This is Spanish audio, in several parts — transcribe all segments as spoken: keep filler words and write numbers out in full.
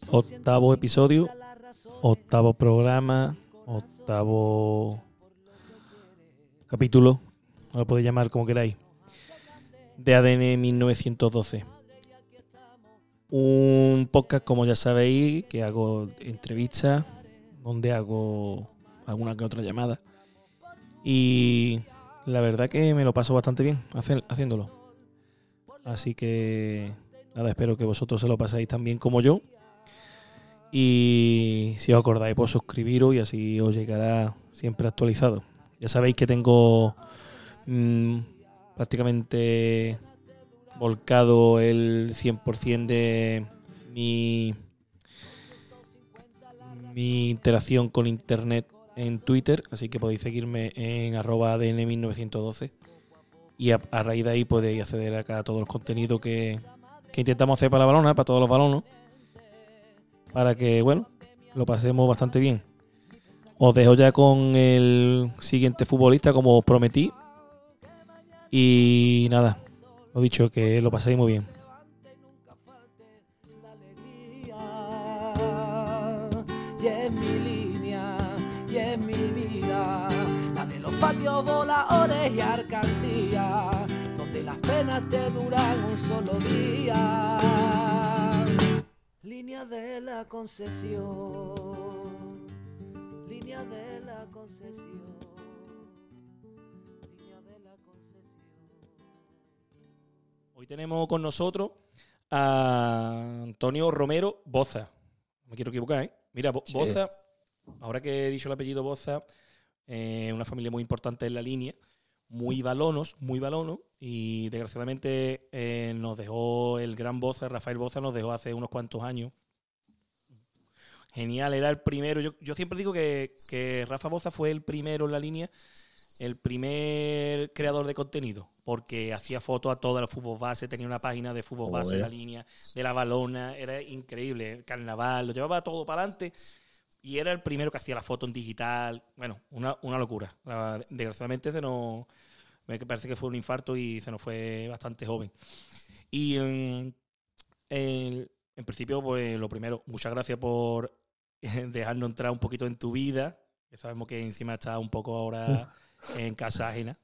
Octavo episodio, octavo programa, octavo capítulo, lo podéis llamar como queráis, de A D N mil novecientos doce. Un podcast, como ya sabéis, que hago entrevistas, donde hago alguna que otra llamada. Y la verdad que me lo paso bastante bien haciéndolo. Así que nada, espero que vosotros se lo pasáis tan bien como yo. Y si os acordáis, pues suscribiros y así os llegará siempre actualizado. Ya sabéis que tengo mmm, prácticamente volcado el cien por ciento de mi, mi interacción con internet en Twitter, así que podéis seguirme en arroba A D N mil novecientos doce y a, a raíz de ahí podéis acceder acá a todos los contenidos que, que intentamos hacer para la balona, para todos los balonos, para que, bueno, lo pasemos bastante bien. Os dejo ya con el siguiente futbolista, como os prometí. Y nada, lo dicho, que lo paséis muy bien. Y es mi línea, y es mi vida, la de los patios voladores y alcancía, donde las penas te duran un solo día. Línea de la concesión, línea de la concesión, línea de la concesión. Hoy tenemos con nosotros a Antonio Romero Boza. No me quiero equivocar, ¿eh? Mira, Bo- Sí. Boza, ahora que he dicho el apellido Boza, eh, una familia muy importante en la línea, muy balonos, muy balonos, y desgraciadamente eh, nos dejó el gran Boza, Rafael Boza, nos dejó hace unos cuantos años. Genial, era el primero. Yo, yo siempre digo que, que Rafa Boza fue el primero en la línea, el primer creador de contenido, porque hacía fotos a toda la fútbol base, tenía una página de fútbol base en la línea, de la balona, era increíble, carnaval, lo llevaba todo para adelante y era el primero que hacía la foto en digital. Bueno, una, una locura. La- Desgraciadamente se nos, me parece que fue un infarto y se nos fue bastante joven. Y en, en, en principio, pues lo primero, muchas gracias por dejarnos entrar un poquito en tu vida, que sabemos que encima está un poco ahora en casa ajena.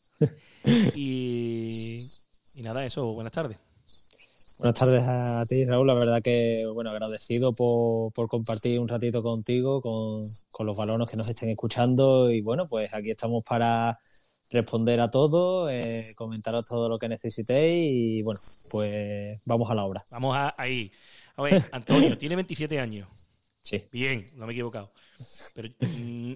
Y, y nada, eso, buenas tardes. Buenas tardes a ti, Raúl. La verdad que, bueno, agradecido por, por compartir un ratito contigo, con, con los balonos que nos estén escuchando. Y bueno, pues aquí estamos para responder a todo, eh, comentaros todo lo que necesitéis. Y bueno, pues vamos a la obra. Vamos a, ahí. A ver, Antonio, tiene veintisiete años. Sí. Bien, no me he equivocado. Pero, mm,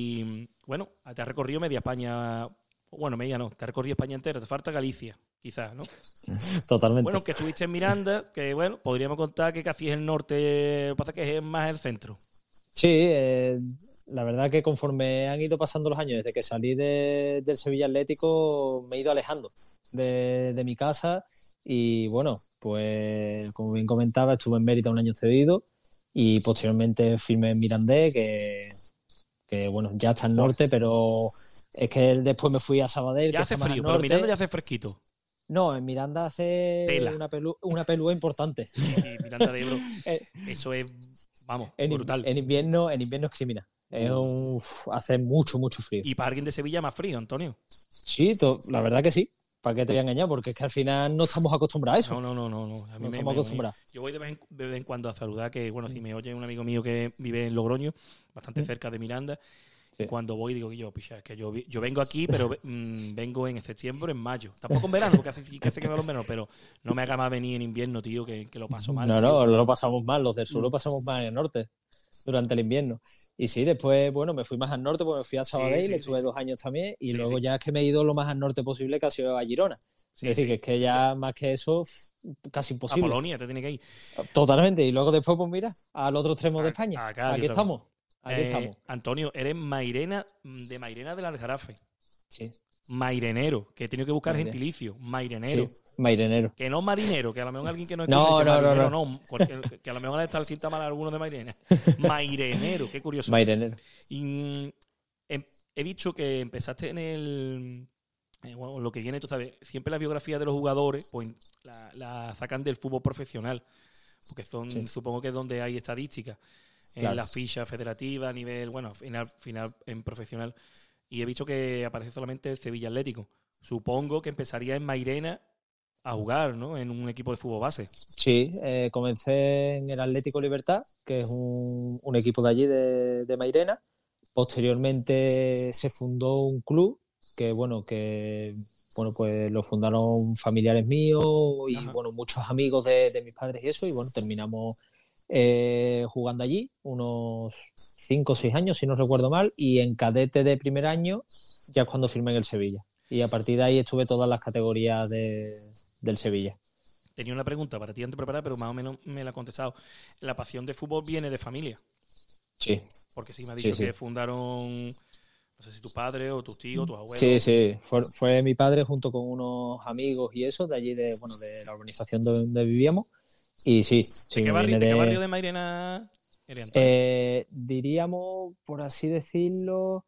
y bueno, te has recorrido media España. Bueno, media no, te has recorrido España entera. Te falta Galicia, quizás, ¿no? Totalmente. Bueno, que estuviste en Miranda, que bueno, podríamos contar que casi es el norte, lo que pasa es que es más el centro. Sí, eh, la verdad que conforme han ido pasando los años, desde que salí de, del Sevilla Atlético, me he ido alejando de, de mi casa y bueno, pues como bien comentaba, estuve en Mérida un año cedido y posteriormente firmé en Mirandés, que, que bueno, ya está al norte, pero es que después me fui a Sabadell, Ya que hace está más al frío, pero norte. Miranda ya hace fresquito. No, en Miranda hace Tela. una, pelu, una pelúa importante. Sí, sí, Miranda de Ebro. Eh, Eso es, vamos, en, brutal. en invierno, en invierno es criminal. Es un, uf, hace mucho, mucho frío. Y para alguien de Sevilla más frío, Antonio. Sí, to, la verdad que sí. ¿Para qué te voy a engañar? Porque es que al final no estamos acostumbrados a eso. No, no, no, no. no. A mí no me, estamos me- acostumbrados. Yo voy de vez, en, de vez en cuando a saludar, que bueno, si me oye un amigo mío que vive en Logroño, bastante Mm. cerca de Miranda, Sí. y cuando voy digo que yo, picha, es que yo, vi- yo vengo aquí, pero mm, vengo en septiembre, en mayo. Tampoco en verano, porque hace, que hace que me lo menos, pero no me haga más venir en invierno, tío, que, que lo paso mal. No, tío. no, lo pasamos mal. Los del sur Mm. lo pasamos mal en el norte durante el invierno. Y sí, después, bueno, me fui más al norte, pues me fui a Sabadell, Sí, sí, estuve sí, sí. dos años también, y Sí, luego sí. ya es que me he ido lo más al norte posible, que ha sido a Girona. Sí, es decir, sí. que es que ya más que eso, casi A imposible. Polonia te tiene que ir. Totalmente. Y luego después, pues mira, al otro extremo de A- España. acá, Aquí tío, estamos. Aquí Eh, estamos. Antonio, eres Mairena, de Mairena del Aljarafe. Sí. Mairenero, que he tenido que buscar Maire- gentilicio. Mairenero. Sí, mairenero. Que no marinero, que a lo mejor alguien que no No, escucha dice no, no, marinero, no. no, porque- que a lo mejor está el cinta mal alguno de Mairena. Mairenero, qué curioso. Mairenero. Y, mm, he, he dicho que empezaste en el eh, bueno, lo que viene, tú sabes, siempre las biografías de los jugadores pues la, la sacan del fútbol profesional, porque son, sí. supongo que es donde hay estadísticas, claro. en la ficha federativa a nivel, bueno, final, final en profesional, y he visto que aparece solamente el Sevilla Atlético. Supongo que empezaría en Mairena a jugar, ¿no? En un equipo de fútbol base. Sí, eh, comencé en el Atlético Libertad, que es un, un equipo de allí, de, de Mairena. Posteriormente se fundó un club que, bueno, que bueno, pues lo fundaron familiares míos y, Ajá. bueno, muchos amigos de, de mis padres y eso, y bueno, terminamos eh, jugando allí unos cinco o seis años, si no recuerdo mal, y en cadete de primer año ya es cuando firmé en el Sevilla. Y a partir de ahí estuve todas las categorías de, del Sevilla. Tenía una pregunta para ti antes de preparar, pero más o menos me la ha contestado. ¿La pasión de fútbol viene de familia? Sí. Porque sí me ha dicho sí, que sí. fundaron, no sé si tus padres o tus tíos, tus abuelos. Sí, sí. Fue, fue mi padre junto con unos amigos y eso, de allí, de bueno de la urbanización donde vivíamos. Y sí. ¿De, sí, qué, barrio, de... ¿de qué barrio de Mairena eres, eh, Diríamos, por así decirlo...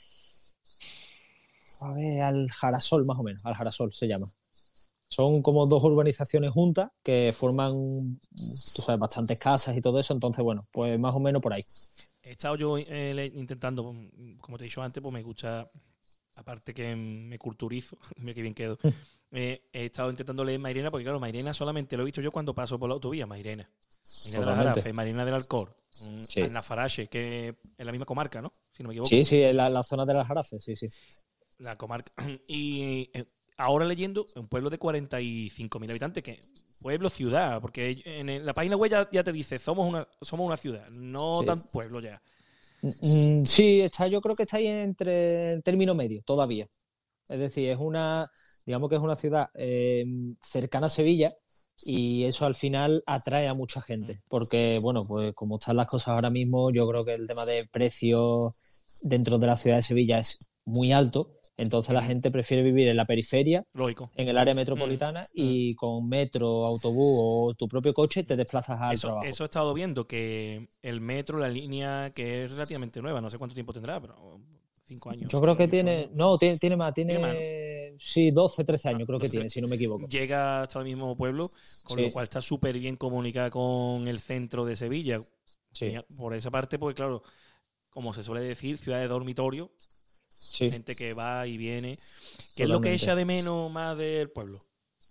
A ver, al Jarasol, más o menos, al Jarasol se llama. Son como dos urbanizaciones juntas que forman, tú sabes, bastantes casas y todo eso, entonces, bueno, pues más o menos por ahí. He estado yo eh, intentando, como te he dicho antes, pues me gusta, aparte que me culturizo, mira qué bien quedo, eh, he estado intentando leer Mairena, porque claro, Mairena solamente lo he visto yo cuando paso por la autovía, Mairena. Mairena de las Jarafes, Mairena del Alcor, sí. Alnafarache, que es la misma comarca, ¿no? Si no me equivoco. Sí, sí, en la, la zona de las Jarafes, sí, sí. La comarca. Y eh, ahora leyendo, un pueblo de cuarenta y cinco mil habitantes, que pueblo, ciudad, porque en la página web ya, ya te dice, somos una somos una ciudad, no sí. tan pueblo ya. Mm, sí, está, yo creo que está ahí entre el término medio, todavía. Es decir, es una, digamos que es una ciudad eh, cercana a Sevilla, y eso al final atrae a mucha gente, porque, bueno, pues como están las cosas ahora mismo, yo creo que el tema de precios dentro de la ciudad de Sevilla es muy alto. Entonces la gente prefiere vivir en la periferia, Lógico. en el área metropolitana, mm. y con metro, autobús o tu propio coche te desplazas al eso, trabajo. Eso he estado viendo, que el metro, la línea que es relativamente nueva, no sé cuánto tiempo tendrá, pero cinco años. Yo creo que tiene, años. no, tiene, tiene más, tiene, ¿Tiene más, ¿no? Sí, doce, trece años ah, creo que tiene, trece. Si no me equivoco. Llega hasta el mismo pueblo, con sí. lo cual está súper bien comunicada con el centro de Sevilla. Sí. Por esa parte, pues claro, como se suele decir, ciudad de dormitorio. Sí. Gente que va y viene. ¿Qué Totalmente. es lo que echa de menos más del pueblo?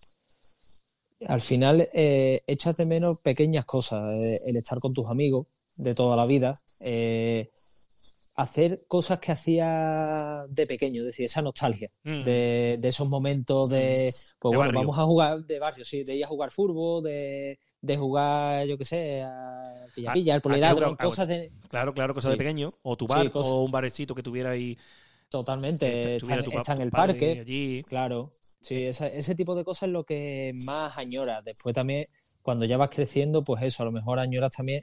Al final eh, echas de menos pequeñas cosas. Eh, el estar con tus amigos de toda la vida. Eh, hacer cosas que hacía de pequeño. Es decir, esa nostalgia mm. de, de esos momentos de... Pues de bueno, barrio. vamos a jugar de barrio, sí. De ir a jugar fútbol, de... de jugar, yo qué sé, a pilla-pilla, al poliladro, cosas de... Claro, claro, cosas sí. de pequeño. O tu bar, sí, o un barecito que tuviera ahí... Totalmente, está, está, está en el parque, allí. Claro. Sí, esa, ese tipo de cosas es lo que más añoras. Después también, cuando ya vas creciendo, pues eso, a lo mejor añoras también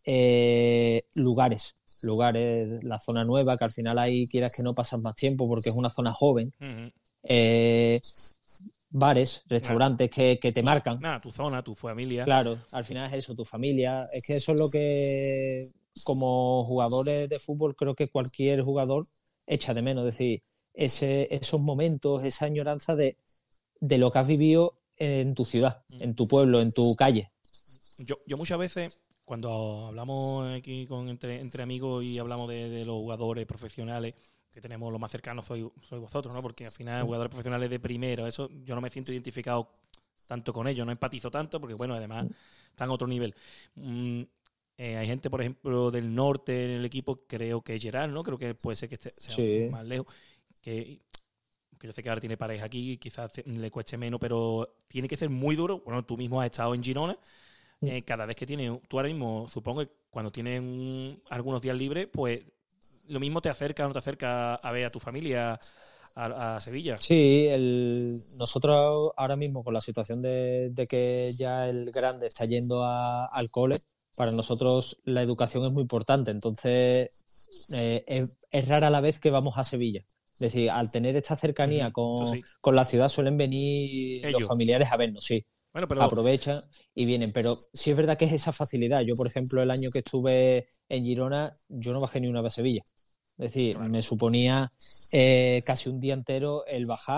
eh, lugares, lugares, la zona nueva, que al final ahí quieras que no pasas más tiempo porque es una zona joven. Uh-huh. Eh, bares, restaurantes nah. que, que te marcan. Nada, tu zona, tu familia. Claro, al final es eso, tu familia. Es que eso es lo que, como jugadores de fútbol, creo que cualquier jugador echa de menos, es decir, ese, esos momentos, esa añoranza de, de lo que has vivido en tu ciudad, en tu pueblo, en tu calle. Yo, yo muchas veces, cuando hablamos aquí con entre, entre amigos y hablamos de, de los jugadores profesionales, que tenemos los más cercanos, sois soy vosotros, ¿no? Porque al final sí. jugadores profesionales de primera, eso yo no me siento identificado tanto con ellos, no empatizo tanto, porque bueno, además están a otro nivel. Mm, Eh, hay gente, por ejemplo, del norte en el equipo, creo que Gerard, ¿no? Creo que puede ser que esté sea sí. más lejos. Que, que yo sé que ahora tiene pareja aquí, quizás le cueste menos, pero tiene que ser muy duro. Bueno, tú mismo has estado en Girona. Eh, cada vez que tienes, tú ahora mismo, supongo que cuando tienes un, algunos días libres, pues lo mismo te acerca o no te acerca a ver a tu familia a, a Sevilla. Sí, el, nosotros ahora mismo con la situación de, de que ya el grande está yendo a, al cole, para nosotros la educación es muy importante, entonces eh, es, es rara la vez que vamos a Sevilla. Es decir, al tener esta cercanía con, sí. con la ciudad suelen venir Ellos. los familiares a vernos, sí. Bueno, pero... Aprovechan y vienen, pero sí es verdad que es esa facilidad. Yo, por ejemplo, el año que estuve en Girona, yo no bajé ni una vez a Sevilla. Es decir, claro. me suponía eh, casi un día entero el bajar,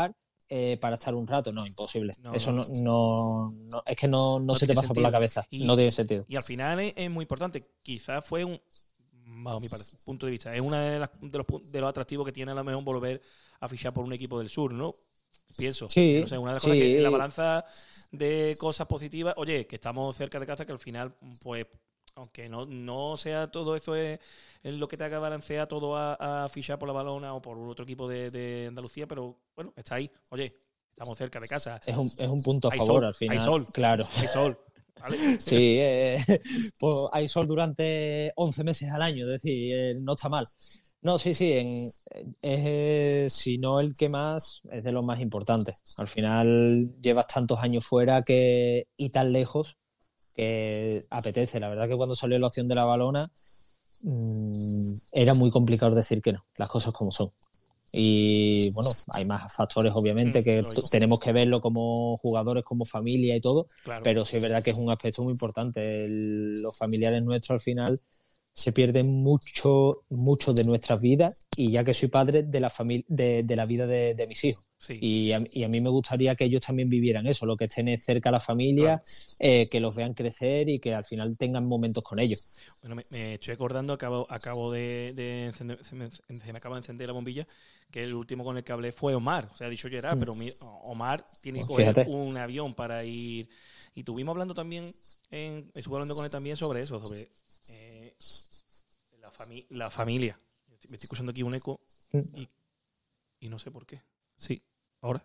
eh, para estar un rato. No, imposible. No, Eso no. no, no, no- es que no, no, No se te tiene pasa por sentido. la cabeza. Y- No tiene sentido. Y al final es, es muy importante. Quizás fue un, bajo mi parecer, punto de vista, es uno de, las- de, los, pu- de los atractivos que tiene a lo mejor volver a fichar por un equipo del sur, ¿no? Pienso. Sí, No sé, una de las sí. cosas que en la balanza de cosas positivas, oye, que estamos cerca de casa, que al final, pues, aunque no, no sea todo eso es, es lo que te haga balancear todo a, a fichar por la Balona o por otro equipo de, de Andalucía, pero bueno, está ahí. Oye, estamos cerca de casa. Es un, es un punto a Hay favor sol, al final. hay sol. Claro. Hay sol. ¿Vale? Sí, eh, pues hay sol durante once meses al año, es decir, eh, no está mal. No, sí, sí, en, es, eh, si no el que más, es de los más importantes. Al final llevas tantos años fuera que y tan lejos que apetece. La verdad que cuando salió la opción de la Balona mmm, era muy complicado decir que no, las cosas como son. Y bueno, hay más factores obviamente Mm, que lógico. t- tenemos que verlo como jugadores, como familia y todo, Claro. pero sí es verdad que es un aspecto muy importante. El- los familiares nuestros al final se pierden mucho, mucho de nuestras vidas y ya que soy padre de la familia, de, de la vida de, de mis hijos. Sí. Y a, y a mí me gustaría que ellos también vivieran eso, lo que estén cerca a la familia, Claro. eh, que los vean crecer y que al final tengan momentos con ellos. Bueno, me, me estoy acordando, acabo, acabo de, de encender, se me, se me acaba de encender la bombilla, que el último con el que hablé fue Omar. O sea, ha dicho Gerard, Mm. pero mi, Omar tiene que Pues coger fíjate. un avión para ir. Y estuvimos hablando también, en, estuve hablando con él también sobre eso, sobre eh, la, fami la familia. Me estoy escuchando aquí un eco Mm. y, y no sé por qué. Sí, ahora.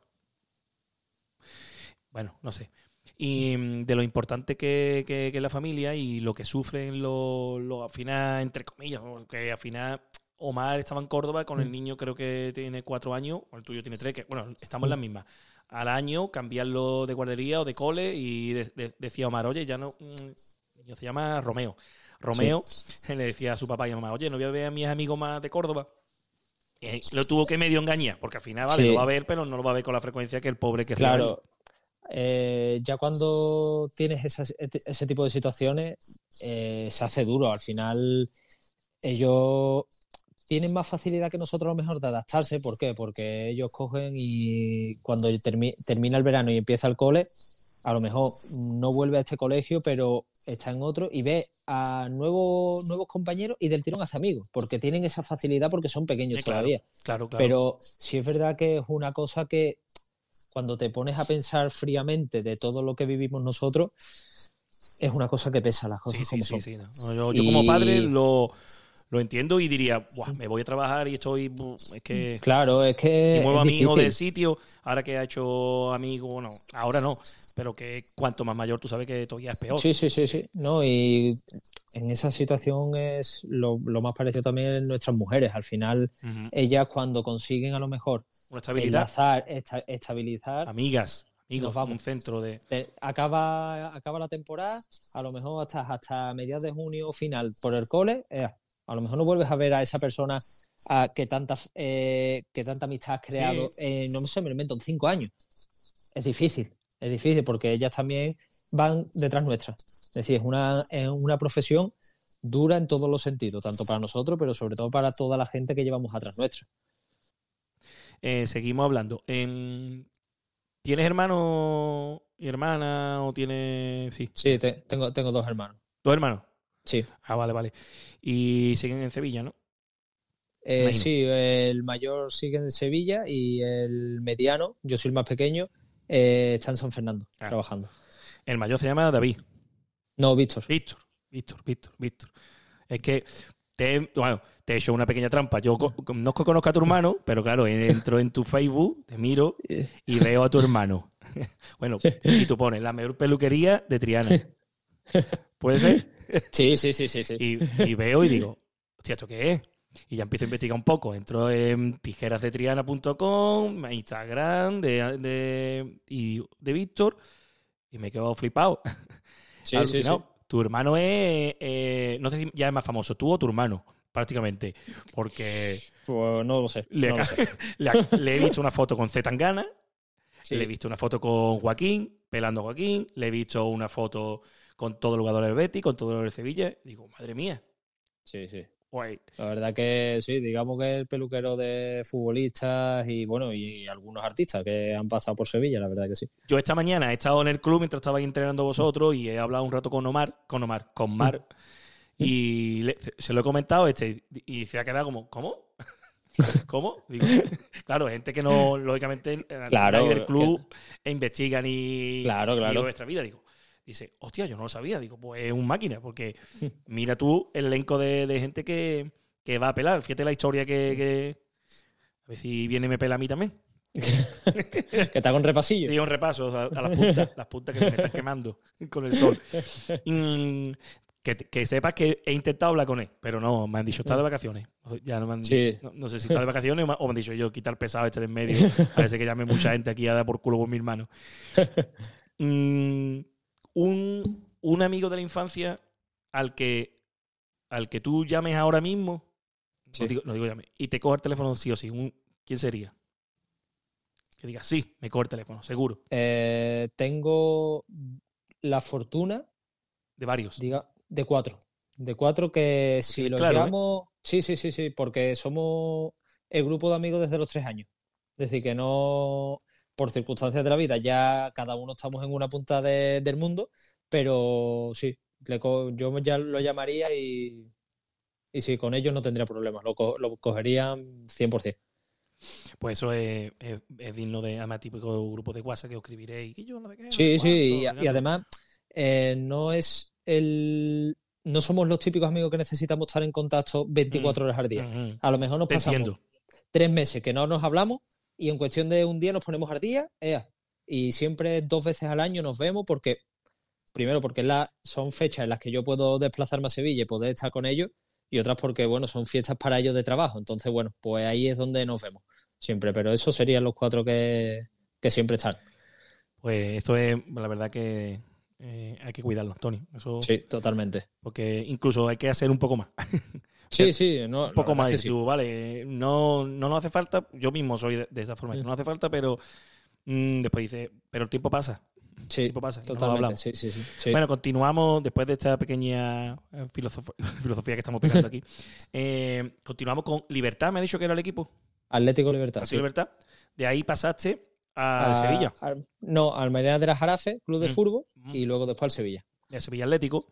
Bueno, no sé. Y mm, de lo importante que, que, que es la familia y lo que sufren los, los al final, entre comillas, porque al final Omar estaba en Córdoba con el niño, creo que tiene cuatro años, o el tuyo tiene tres, que bueno, estamos en las mismas. Al año cambiarlo de guardería o de cole y de, de, decía Omar, oye, ya no, mm, el niño se llama Romeo. Romeo sí. Le decía a su papá y a mamá, oye, no voy a ver a mis amigos más de Córdoba. Y lo tuvo que medio engañar, porque al final, vale, Sí. lo va a ver, pero no lo va a ver con la frecuencia que el pobre que Claro. Eh, ya cuando tienes esas, ese tipo de situaciones eh, se hace duro. Al final ellos tienen más facilidad que nosotros a lo mejor de adaptarse. ¿Por qué? Porque ellos cogen y cuando termi termina el verano y empieza el cole, a lo mejor no vuelve a este colegio, pero está en otro y ve a nuevos, nuevos compañeros y del tirón hace amigos, porque tienen esa facilidad porque son pequeños Sí, claro, todavía. Claro, claro. Pero sí es verdad que es una cosa que cuando te pones a pensar fríamente de todo lo que vivimos nosotros, es una cosa que pesa, las cosas Sí, sí, como sí, son. sí. No, yo, yo como Y- padre lo, lo entiendo y diría, Buah, me voy a trabajar y estoy, bu, es que... Claro, es que Y muevo es a mi hijo difícil. de sitio, ahora que ha hecho amigo, bueno, ahora no, pero que cuanto más mayor tú sabes que todavía es peor. Sí, sí, sí, sí. No, y en esa situación es lo, lo más parecido también en nuestras mujeres. Al final, Ujú. ellas cuando consiguen a lo mejor Una estabilidad. enlazar, esta- estabilizar, Amigas, amigos, Nos vamos. un centro de... te- acaba, acaba la temporada, a lo mejor hasta, hasta mediados de junio o final por el cole, eh, a lo mejor no vuelves a ver a esa persona a, que, tanta, eh, que tanta amistad has creado, Sí. eh, no sé, me lo invento, en cinco años. Es difícil, es difícil porque ellas también van detrás nuestra. Es decir, es una, es una profesión dura en todos los sentidos, tanto para nosotros, pero sobre todo para toda la gente que llevamos atrás nuestra. Eh, seguimos hablando. En- ¿Tienes hermano y hermana o tienes...? Sí, Sí, te- tengo, tengo dos hermanos. dos hermanos. Sí. Ah, vale, vale. Y siguen en Sevilla, ¿no? Eh, Imagino. sí, el mayor sigue en Sevilla y el mediano, yo soy el más pequeño, eh, está en San Fernando, Ah. trabajando. El mayor se llama David. No, Víctor. Víctor, Víctor, Víctor, Víctor. Es que te, bueno, te he hecho una pequeña trampa. Yo co- no es que conozca a tu hermano, pero claro, entro en tu Facebook, te miro y veo a tu hermano. Bueno, y tú pones la mejor peluquería de Triana. ¿Puede ser? Sí, sí, sí, sí, sí. Y, y veo y digo, hostia, ¿esto qué es? Y ya empiezo a investigar un poco. Entro en tijeras de triana punto com, a Instagram de, de, y de Víctor y me he quedado flipado. Sí, sí, Alucinado. sí. Tu hermano es, eh, no sé si ya es más famoso, tú o tu hermano, prácticamente. Porque Pues no lo sé. le, no lo aca- sé. le, ac- le he visto una foto con Zetangana, Sí. le he visto una foto con Joaquín, pelando a Joaquín, le he visto una foto con todos los jugadores del Betis, con todos los del Sevilla. Digo, madre mía. Sí, sí. Guay. La verdad que sí, digamos que el peluquero de futbolistas y bueno, y algunos artistas que han pasado por Sevilla, la verdad que sí. Yo esta mañana he estado en el club mientras estabais entrenando vosotros y he hablado un rato con Omar, con Omar, con Mar, y le- se lo he comentado este y se ha quedado como, ¿cómo? ¿Cómo? Digo, claro, gente que no, lógicamente, Claro, nadie del club e investiga ni, Claro, claro. ni vive vuestra vida. Digo, dice, hostia, yo no lo sabía. Digo, pues es un máquina, porque mira tú el elenco de, de gente que, que va a pelar. Fíjate la historia que, que- a ver si viene y me pela a mí también. Que está con repasillo. Digo un repaso a, a las puntas, las puntas que me están quemando con el sol. Mm, que, que sepas que he intentado hablar con él, pero no, me han dicho, está de vacaciones. Ya no, me han, Sí. no, no sé si está de vacaciones o me, o me han dicho yo, quitar pesado este de en medio. A veces que llame mucha gente aquí a dar por culo por mi hermano. Mm, un, un amigo de la infancia al que, al que tú llames ahora mismo, Sí. no, digo, no digo llame, y te coja el teléfono sí o sí, un, ¿quién sería? Que diga, sí, me coge el teléfono, seguro. Eh, tengo la fortuna, De varios. diga, de cuatro. De cuatro que si tienes los claro, ¿eh? llamo... Sí, sí, sí, sí, porque somos el grupo de amigos desde los tres años. Es decir, que no... Por circunstancias de la vida, ya cada uno estamos en una punta de- del mundo, pero sí, le co- yo ya lo llamaría y, y sí, con ellos no tendría problemas, lo, co- lo cogerían cien por ciento. Pues eso es, es, es digno de, además, típico grupo de WhatsApp que os escribiréis. Y yo no sé qué, no Sí, sé sí, cuánto, y, y además eh, no es el... No somos los típicos amigos que necesitamos estar en contacto veinticuatro Mm, horas al día. mm, mm. A lo mejor nos Te pasamos entiendo. tres meses que no nos hablamos y en cuestión de un día nos ponemos al día, ea. Y siempre dos veces al año nos vemos porque, primero porque es la, son fechas en las que yo puedo desplazarme a Sevilla y poder estar con ellos, y otras porque, bueno, son fiestas para ellos de trabajo. Entonces, bueno, pues ahí es donde nos vemos siempre, pero esos serían los cuatro que, que siempre están. Pues esto es, la verdad que eh, hay que cuidarlo, Tony. Eso, Sí, totalmente. porque incluso hay que hacer un poco más. Sí, sí, no, Un poco la verdad más. es Y que sí. tú, vale, no, no nos hace falta. Yo mismo soy de, de esa forma. que No hace falta, pero mm, después dice, pero el tiempo pasa. El Sí, tiempo pasa. y no lo totalmente. hablamos. Sí, sí, sí, sí. Bueno, continuamos después de esta pequeña eh, filosof- filosofía que estamos pegando aquí. Eh, continuamos con Libertad, me ha dicho que era el equipo. Atlético Libertad, Así sí. Libertad. De ahí pasaste al A- Sevilla. al- no, al Marina de la Jarafe, Club de Mm. Fútbol, Mm. y luego después al Sevilla. El Sevilla Atlético.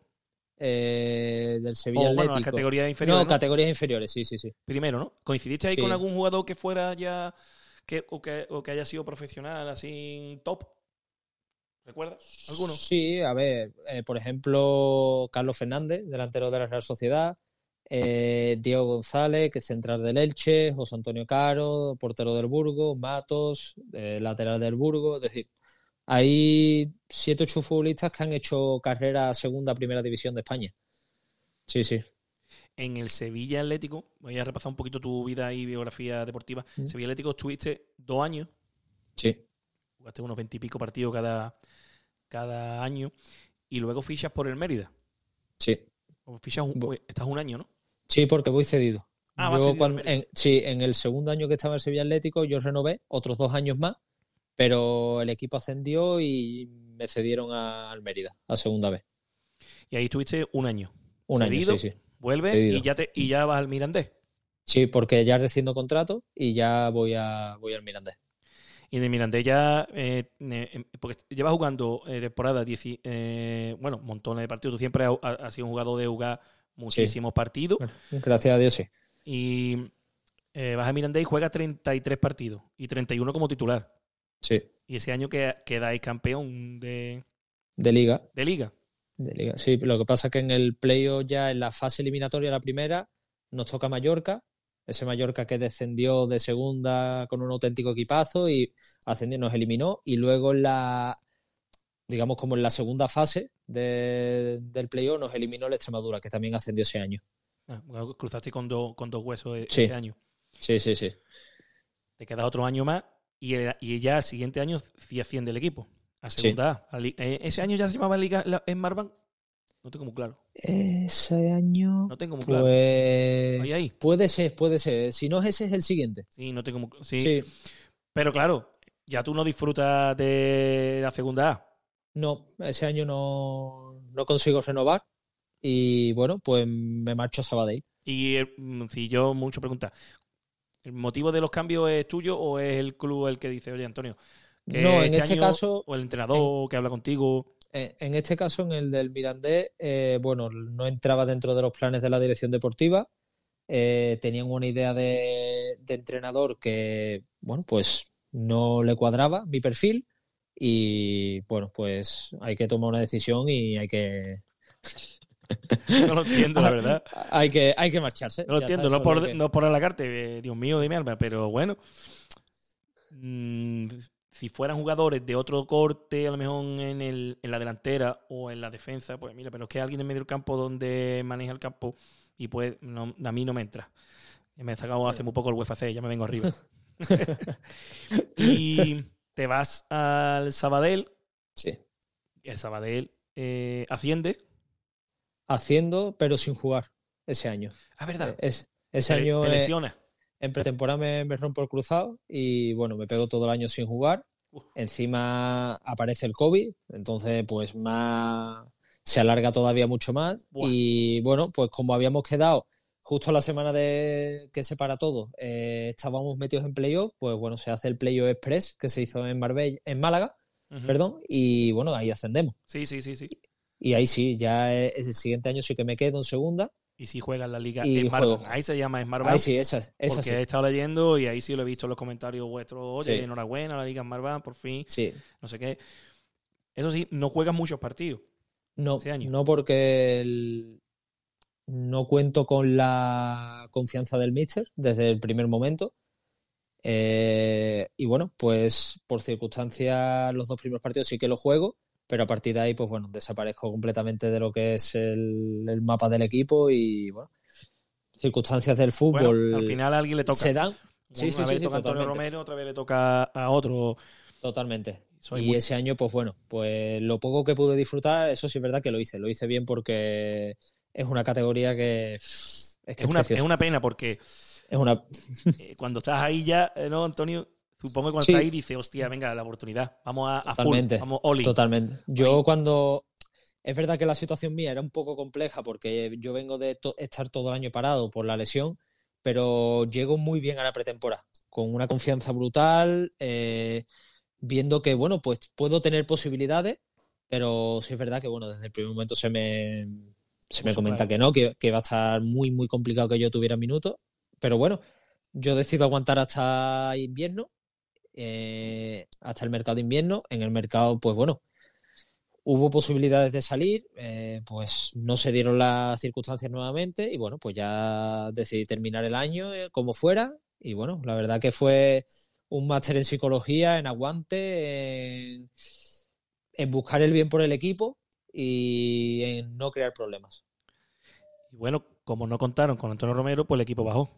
Eh, del Sevilla O bueno, las Atlético. categorías inferiores. No, ¿no? categorías inferiores, sí, sí, sí. Primero, ¿no? ¿Coincidiste ahí Sí. con algún jugador que fuera ya que, o, que, o que haya sido profesional, así top? ¿Recuerdas alguno? Sí, a ver, eh, por ejemplo, Carlos Fernández, delantero de la Real Sociedad, eh, Diego González, que es central del Elche, José Antonio Caro, portero del Burgos, Matos, eh, lateral del Burgos, es decir, hay siete o ocho futbolistas que han hecho carrera a segunda, primera división de España. Sí, sí. En el Sevilla Atlético, voy a repasar un poquito tu vida y biografía deportiva. Mm. Sevilla Atlético estuviste dos años, Sí, jugaste unos veintipico partidos cada, cada año, y luego fichas por el Mérida. sí. O fichas un, Bu- estás un año, ¿no? Sí, porque voy cedido. Ah, vas Yo cedido cuando- al Mérida. en, sí, en el segundo año que estaba en el Sevilla Atlético, yo renové otros dos años más, pero el equipo ascendió y me cedieron a, al Mérida, a segunda vez. Y ahí estuviste un año. Un Cedido, año, sí, sí. Vuelves Cedido. y ya, te, y ya vas al Mirandés. Sí, porque ya rescindo contrato y ya voy a voy al Mirandés. Y en el Mirandés ya, eh, eh, porque llevas jugando eh, temporada, diez, eh, bueno, montones de partidos. Tú siempre has, has sido un jugador de jugar muchísimos partidos. Bueno, gracias a Dios, sí. Y eh, vas a Mirandés y juegas treinta y tres partidos y treinta y uno como titular. Sí, Y ese año que quedáis campeón de, de liga. de liga. De liga. Sí, lo que pasa es que en el playoff ya en la fase eliminatoria, la primera, nos toca Mallorca. Ese Mallorca que descendió de segunda con un auténtico equipazo y ascendió, nos eliminó. Y luego en la, digamos como en la segunda fase de, del playoff nos eliminó el Extremadura, que también ascendió ese año. Ah, cruzaste con, do, con dos huesos e- Sí. ese año. Sí, sí, sí. Te quedas otro año más y, el- y ya el siguiente año sí asciende el equipo a segunda A. A li- eh, ¿Ese año ya se llamaba Liga la- en Marban? No tengo muy claro. Ese año, No tengo muy claro. pues... Ahí, ahí. Puede ser, puede ser. Si no es ese, es el siguiente. Sí, no tengo muy sí. Sí. Pero claro, ya tú no disfrutas de la segunda A. No, ese año no, no consigo renovar y bueno, pues me marcho a Sabadell. Y eh, si yo, mucho pregunta, ¿el motivo de los cambios es tuyo o es el club el que dice, oye, Antonio, que No, en este este año, caso, o el entrenador en, que habla contigo? en- en este caso, en el del Mirandés, eh, bueno, no entraba dentro de los planes de la dirección deportiva. Eh, tenían una idea de, de entrenador que, bueno, pues no le cuadraba mi perfil y, bueno, pues hay que tomar una decisión y hay que, No lo entiendo, la verdad. hay que, hay que marcharse. No lo Ya está, entiendo, eso no es lo por, que... no por alacarte, eh, Dios mío de mi alma, pero bueno. Mm, si fueran jugadores de otro corte, a lo mejor en, el, en la delantera o en la defensa, pues mira, pero es que alguien en medio del campo donde maneja el campo y pues no, a mí no me entra. Me he sacado hace muy poco el U F C, ya me vengo arriba. Y te vas al Sabadell, Sí. y el Sabadell eh, asciende. Haciendo, pero sin jugar ese año. Ah, verdad. Eh, Es, ese Te, año te eh, lesiona. en pretemporada me, me rompo el cruzado y bueno, me pego todo el año sin jugar. Uf. Encima aparece el COVID, entonces pues más se alarga todavía mucho más. Buah. Y bueno, pues como habíamos quedado justo la semana de que se para todo, eh, estábamos metidos en playoff, pues bueno, se hace el playoff express que se hizo en Marbella, en Málaga, Ujú. perdón, y bueno, ahí ascendemos. Sí, sí, sí, sí. Y ahí sí, ya es, el siguiente año sí que me quedo en segunda. Y si juegas la liga Y Smartbank, juego. ahí se llama Smartbank. Ahí sí, esa, esa Porque sí. he estado leyendo y ahí sí lo he visto en los comentarios vuestros. Oye, Sí. enhorabuena, la liga Smartbank, por fin. Sí. No sé qué. Eso sí, no juegas muchos partidos No, ese año. no porque el- no cuento con la confianza del míster desde el primer momento. Eh, y bueno, pues por circunstancias los dos primeros partidos sí que los juego, pero a partir de ahí, pues bueno, desaparezco completamente de lo que es el, el mapa del equipo y bueno, circunstancias del fútbol Bueno, al final a alguien le toca. se dan. Sí, Una sí, vez sí, le sí, toca a Antonio totalmente. Romero, otra vez le toca a otro. Totalmente. Soy Y muy- ese año, pues bueno, pues lo poco que pude disfrutar, eso sí es verdad que lo hice. Lo hice bien porque es una categoría que pff, es que Es es una, es preciosa. una pena porque Es una... eh, cuando estás ahí ya, eh, ¿no, Antonio? Supongo que cuando Sí. estás ahí dices, hostia, venga, la oportunidad. Vamos a, a full, Totalmente. vamos all in. Totalmente. Yo Ahí. cuando... Es verdad que la situación mía era un poco compleja porque yo vengo de to- estar todo el año parado por la lesión, pero llego muy bien a la pretemporada, con una confianza brutal, eh, viendo que, bueno, pues puedo tener posibilidades, pero sí es verdad que, bueno, desde el primer momento se me, se me Eso, comenta claro. que no, que, que va a estar muy, muy complicado que yo tuviera minutos, pero bueno, yo decido aguantar hasta invierno, eh, hasta el mercado de invierno. En el mercado, pues bueno, hubo posibilidades de salir, eh, pues no se dieron las circunstancias nuevamente y bueno, pues ya decidí terminar el año eh, como fuera y bueno, la verdad que fue un máster en psicología, en aguante, en, en buscar el bien por el equipo y en no crear problemas. Y bueno, como no contaron con Antonio Romero, pues el equipo bajó.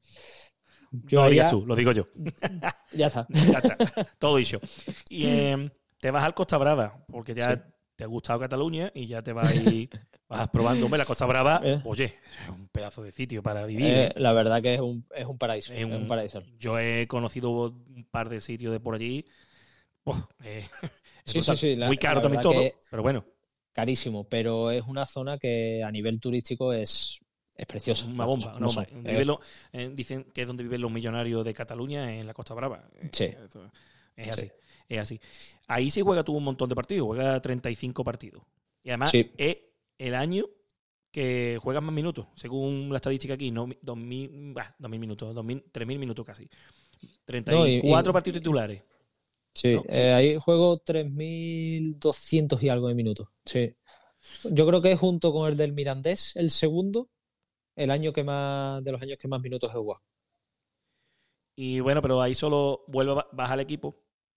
Yo no lo digas ya, tú, lo digo yo. ya está. Ya está, todo dicho. Y eh, te vas al Costa Brava, porque ya Sí. te ha gustado Cataluña y ya te vas a ir, vas probando. Hombre, la Costa Brava, Eh. oye, es un pedazo de sitio para vivir. Eh, ¿eh? la verdad que es un, es un paraíso, Es es un, un- paraíso. Yo he conocido un par de sitios de por allí. Buah, eh, es Sí, brutal. sí, sí, la- Muy caro la también verdad todo, que- pero bueno, Carísimo, pero es una zona que a nivel turístico es, es preciosa. una Las bomba. cosas Una como bomba. son. Donde Eh, viven los- eh, dicen que es donde viven los millonarios de Cataluña, en la Costa Brava. Eh, Sí. eso Es así, Sí. es así. Ahí sí juega tú un montón de partidos, juega treinta y cinco partidos. Y además Sí. es el año que juegas más minutos, según la estadística aquí, no dos mil, bah, dos mil minutos, dos mil, tres mil minutos casi. treinta y cuatro No, y- y- partidos titulares. Sí, No, sí. eh, ahí juego tres mil doscientos y algo de minutos. Sí. Yo creo que junto con el del Mirandés, el segundo, el año que más, de los años que más minutos he jugado. Y bueno, pero ahí solo vuelve, vas al equipo.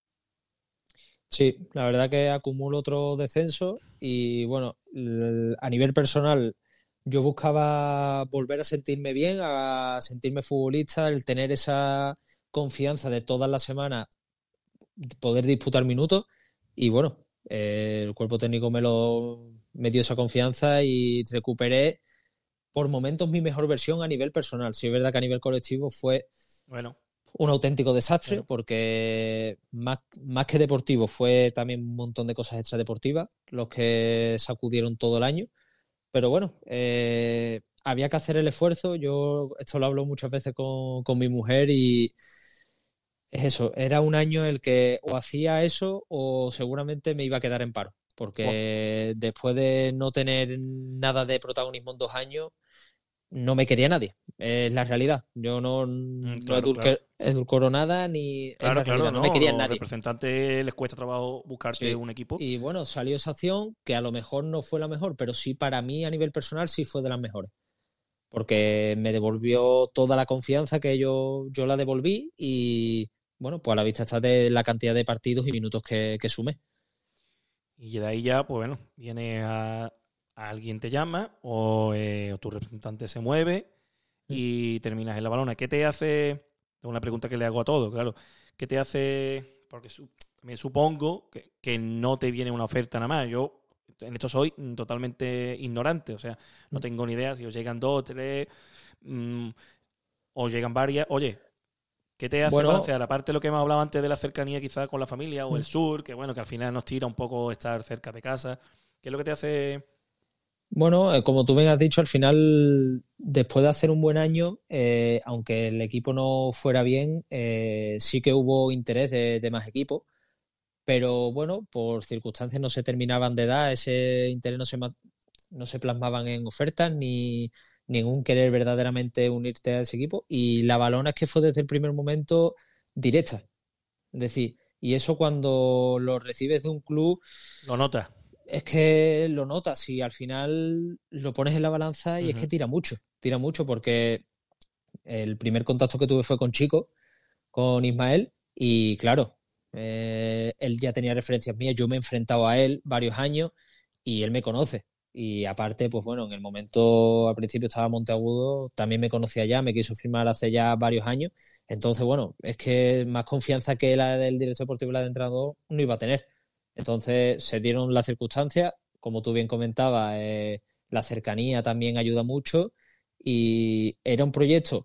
Sí, la verdad que acumulo otro descenso y bueno, l- a nivel personal yo buscaba volver a sentirme bien, a sentirme futbolista, el tener esa confianza de todas las semanas poder disputar minutos y bueno, eh, el cuerpo técnico me lo me dio esa confianza y recuperé por momentos mi mejor versión a nivel personal. Sí es verdad que a nivel colectivo fue Bueno, un auténtico desastre Claro. porque más, más que deportivo fue también un montón de cosas extradeportivas los que sacudieron todo el año, pero bueno, eh, había que hacer el esfuerzo. Yo esto lo hablo muchas veces con, con mi mujer y es eso, era un año en el que o hacía eso o seguramente me iba a quedar en paro, porque después de no tener nada de protagonismo en dos años, no me quería nadie, es la realidad. Yo no, Mm, no claro, edulque- claro. edulcoro nada, ni es Claro, la claro, realidad, no no. me quería Los nadie. representantes les cuesta trabajo buscarte Sí. un equipo. Y bueno, salió esa opción que a lo mejor no fue la mejor, pero sí para mí a nivel personal sí fue de las mejores. Porque me devolvió toda la confianza que yo, yo la devolví y bueno, pues a la vista está de la cantidad de partidos y minutos que, que sumé. Y de ahí ya, pues bueno, viene a, a alguien te llama o, eh, o tu representante se mueve y terminas en la balona. ¿Qué te hace? Es una pregunta que le hago a todos, claro. ¿Qué te hace? Porque su, también supongo que, que no te viene una oferta nada más. Yo en esto soy totalmente ignorante, o sea, no tengo ni idea si os llegan dos, tres, mmm, o llegan varias. Oye, ¿qué te hace Bueno, balancear? Aparte de lo que hemos hablado antes de la cercanía quizás con la familia o el sur, que bueno, que al final nos tira un poco estar cerca de casa. ¿Qué es lo que te hace? Bueno, eh, como tú bien has dicho, al final, después de hacer un buen año, eh, aunque el equipo no fuera bien, eh, sí que hubo interés de, de más equipos, pero bueno, por circunstancias no se terminaban de dar, ese interés no se, ma- no se plasmaban en ofertas ni ningún querer verdaderamente unirte a ese equipo. Y la balona es que fue desde el primer momento directa. Es decir, y eso cuando lo recibes de un club, Lo notas. es que lo notas y al final lo pones en la balanza y Uh-huh. es que tira mucho, tira mucho porque el primer contacto que tuve fue con Chico, con Ismael, y claro, eh, él ya tenía referencias mías, yo me he enfrentado a él varios años y él me conoce. Y aparte, pues bueno, en el momento, al principio estaba Monteagudo, también me conocía ya, me quiso firmar hace ya varios años. Entonces, bueno, es que más confianza que la del director deportivo y la del entrenador no iba a tener. Entonces, se dieron las circunstancias, como tú bien comentabas, eh, la cercanía también ayuda mucho y era un proyecto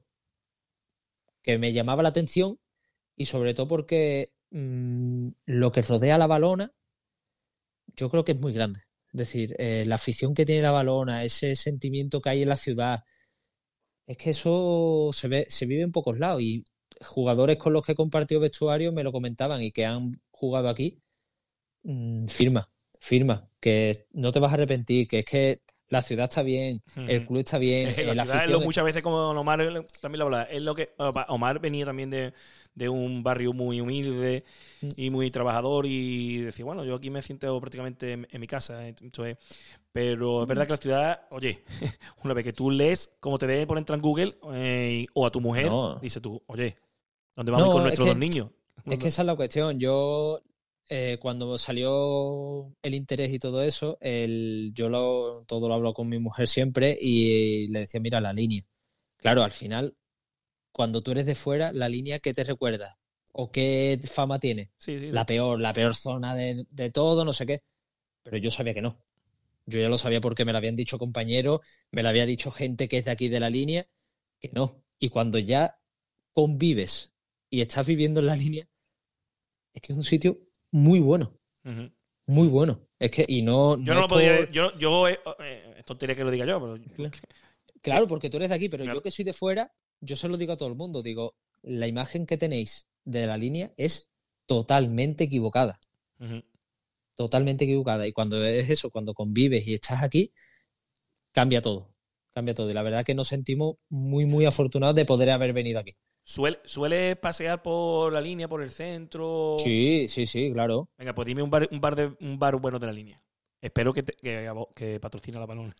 que me llamaba la atención y sobre todo porque mmm, lo que rodea a la balona yo creo que es muy grande. Es decir, eh, la afición que tiene la balona, ese sentimiento que hay en la ciudad, es que eso se ve, se vive en pocos lados y jugadores con los que he compartido vestuario me lo comentaban y que han jugado aquí, mmm, firma, firma, que no te vas a arrepentir, que es que la ciudad está bien, el club está bien, Eh, la eh, la ciudad es afición lo, muchas está... veces como Omar eh, también lo hablaba, es lo que Omar venía también de, de un barrio muy humilde y muy trabajador y decía, bueno, yo aquí me siento prácticamente en, en mi casa, entonces, pero es verdad que la ciudad, oye, una vez que tú lees como te debe por entrar en Google eh, o a tu mujer, No. dices tú, oye, ¿dónde vamos No, con es nuestros que, dos niños? es que esa es la cuestión. Yo, eh, cuando salió el interés y todo eso, el, yo lo, todo lo hablo con mi mujer siempre y le decía, mira, la línea. Claro, al final, cuando tú eres de fuera, la línea, ¿qué te recuerda? ¿O qué fama tiene? Sí, sí, sí. La peor, la peor zona de, de todo, no sé qué. Pero yo sabía que no. Yo ya lo sabía porque me lo habían dicho compañeros, me lo había dicho gente que es de aquí de la línea, que no. Y cuando ya convives y estás viviendo en la línea, es que es un sitio muy bueno, Uh-huh. muy bueno. Es que, y no, Yo no no es lo podía, por... yo, yo eh, eh, es tontería que lo diga yo, pero Claro. Claro, porque tú eres de aquí, pero Claro. yo que soy de fuera, yo se lo digo a todo el mundo, digo, la imagen que tenéis de la línea es totalmente equivocada. Uh-huh. Totalmente equivocada. Y cuando es eso, cuando convives y estás aquí, cambia todo. Cambia todo. Y la verdad que nos sentimos muy, muy afortunados de poder haber venido aquí. ¿Suele, ¿Sueles pasear por la línea, por el centro? Sí, sí, sí, claro. Venga, pues dime un bar, un bar, de, un bar bueno de la línea. Espero que, te, que, que patrocine la balón.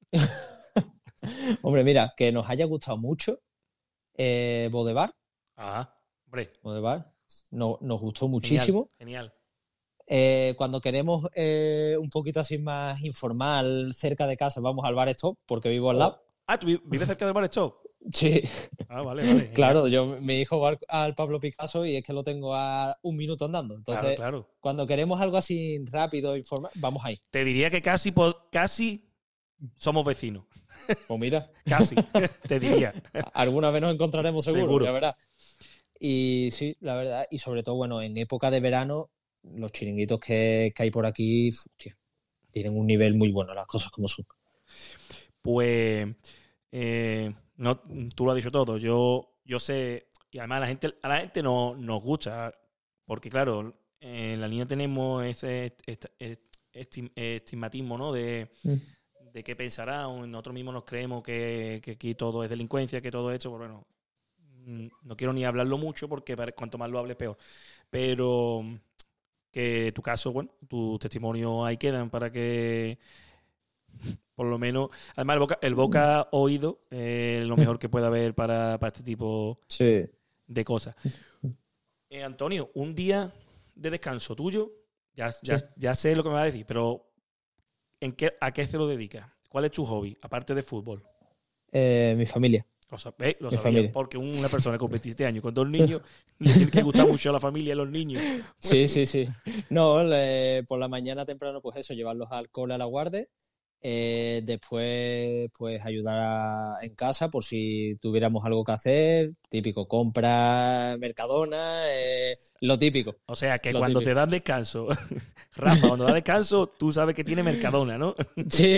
Hombre, mira, que nos haya gustado mucho eh, Bodebar. Ajá, hombre. Bodebar. No, nos gustó muchísimo. Genial. genial. Eh, cuando queremos eh, un poquito así más informal, cerca de casa, vamos al Bar Stop, porque vivo al lado. Oh. Ah, ¿tú vives cerca del Bar Stop? Sí. Ah, vale, vale. Claro, yo mi hijo va al Pablo Picasso y es que lo tengo a un minuto andando. Entonces, claro, claro. Cuando queremos algo así rápido, informal, vamos ahí. Te diría que casi, casi somos vecinos. Pues mira. Casi, te diría. Alguna vez nos encontraremos seguro, seguro. la verdad. Y sí, la verdad. Y sobre todo, bueno, en época de verano, los chiringuitos que, que hay por aquí, hostia, tienen un nivel muy bueno, las cosas como son. pues eh, no, tú lo has dicho todo. Yo, yo sé, y además a la gente, a la gente no nos gusta, porque claro, en la línea tenemos ese est, est, estim, estigmatismo, ¿no? De, mm. de qué pensará, nosotros mismos nos creemos que, que aquí todo es delincuencia, que todo esto, pues bueno, no quiero ni hablarlo mucho porque cuanto más lo hable peor. Pero que tu caso, bueno, tus testimonios ahí quedan para que por lo menos, además el boca, el boca oído es eh, lo mejor que puede haber para, para este tipo sí. de cosas. Eh, Antonio, un día de descanso tuyo, ya, ya, sí. ya sé lo que me va a decir, pero ¿en qué, ¿a qué se lo dedicas? ¿Cuál es tu hobby, aparte de fútbol? Eh, mi familia. Lo, sabé, lo sabía, familia. Porque una persona con veintisiete años, con dos niños, le tiene que gustar mucho a la familia y a los niños. Sí, sí, sí. No, le, por la mañana temprano, pues eso, llevarlos al cole a la guardia. Eh, después, pues ayudar a, en casa por si tuviéramos algo que hacer. Típico, compra, Mercadona, eh, lo típico. O sea, que cuando típico. Te dan descanso, Rafa, cuando da descanso, tú sabes que tiene Mercadona, ¿no? Sí.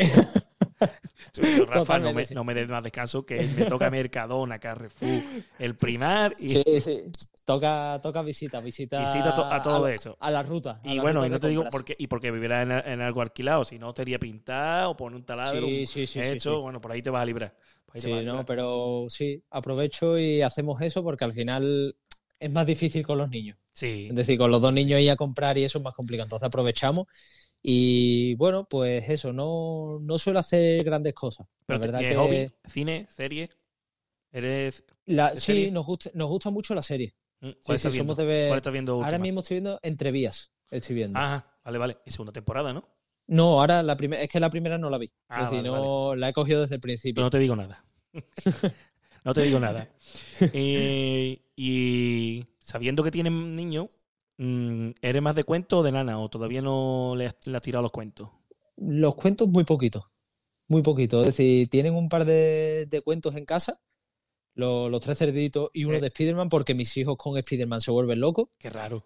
Yo, Rafa, no me, no me des más descanso, que me toca Mercadona, Carrefour, el Primar. Y... Sí, sí. Toca, toca visita, visita, visita to, a todo a, eso. A la ruta. A y la bueno, ruta y no te compras. digo porque y porque vivirás en, en algo alquilado, si no te iría pintado o poner un taladro, sí, sí, sí, hecho, sí, sí. bueno, por ahí te vas a librar. Sí, a librar. No, pero sí, aprovecho y hacemos eso porque al final es más difícil con los niños. Sí. Es decir, con los dos niños ir a comprar y eso es más complicado. Entonces aprovechamos. Y bueno, pues eso, no, no suelo hacer grandes cosas. Pero la verdad ¿qué que hobby? ¿Cine? ¿Serie? ¿Eres la, sí, serie? Nos gusta, nos gusta mucho la serie. ¿Cuál, sí, estás sí, viendo? Somos de... ¿Cuál estás viendo última? Ahora mismo estoy viendo Entrevías. Estoy viendo. Ajá, vale, vale. Y segunda temporada, ¿no? No, ahora la primera, es que la primera no la vi. Ah, es decir, vale, no vale. la he cogido desde el principio. Pero no te digo nada. no te digo nada. eh, y sabiendo que tienen niños, ¿eres más de cuentos o de nana? ¿O todavía no le has, le has tirado los cuentos? Los cuentos muy poquitos. Muy poquitos. Es decir, tienen un par de, de cuentos en casa. Los, los tres cerditos y uno eh. de Spider-Man, porque mis hijos con Spider-Man se vuelven locos. Qué raro.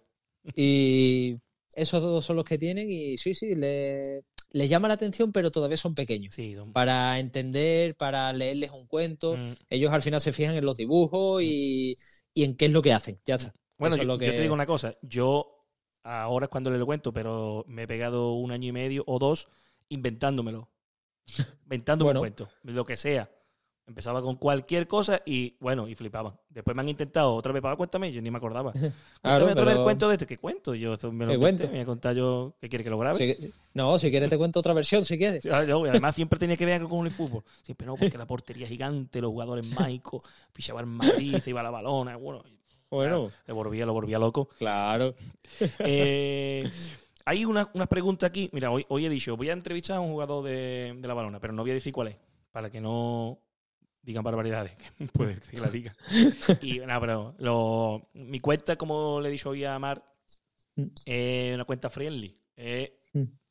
Y esos dos son los que tienen y sí, sí, les, les llama la atención, pero todavía son pequeños. Sí, son... Para entender, para leerles un cuento. Mm. Ellos al final se fijan en los dibujos y, y en qué es lo que hacen. Ya está. Bueno, Eso yo, es lo que... yo te digo una cosa. Yo ahora es cuando le lo cuento, pero me he pegado un año y medio o dos inventándomelo. Inventándome bueno. un cuento, lo que sea. Empezaba con cualquier cosa y, bueno, y flipaban. Después me han intentado otra vez para cuéntame, yo ni me acordaba. Cuéntame claro, otra pero... vez el cuento de este. ¿Qué cuento? Yo me lo inventé, me voy a contar yo qué quiere que lo grabe. Si, no, si quieres te cuento otra versión, si quieres. Yo, además siempre tenía que ver algo con el fútbol. Siempre no, porque la portería es gigante, los jugadores mágicos, fichaba en Madrid, se iba a la balona, bueno... Bueno, le volvía, lo volvía loco. Claro. Eh, hay unas una preguntas aquí. Mira, hoy, hoy he dicho, voy a entrevistar a un jugador de, de la balona, pero no voy a decir cuál es, para que no digan barbaridades. Puede que la diga. Y nada, pero lo, mi cuenta, como le he dicho hoy a Mar, es una cuenta friendly. Eh,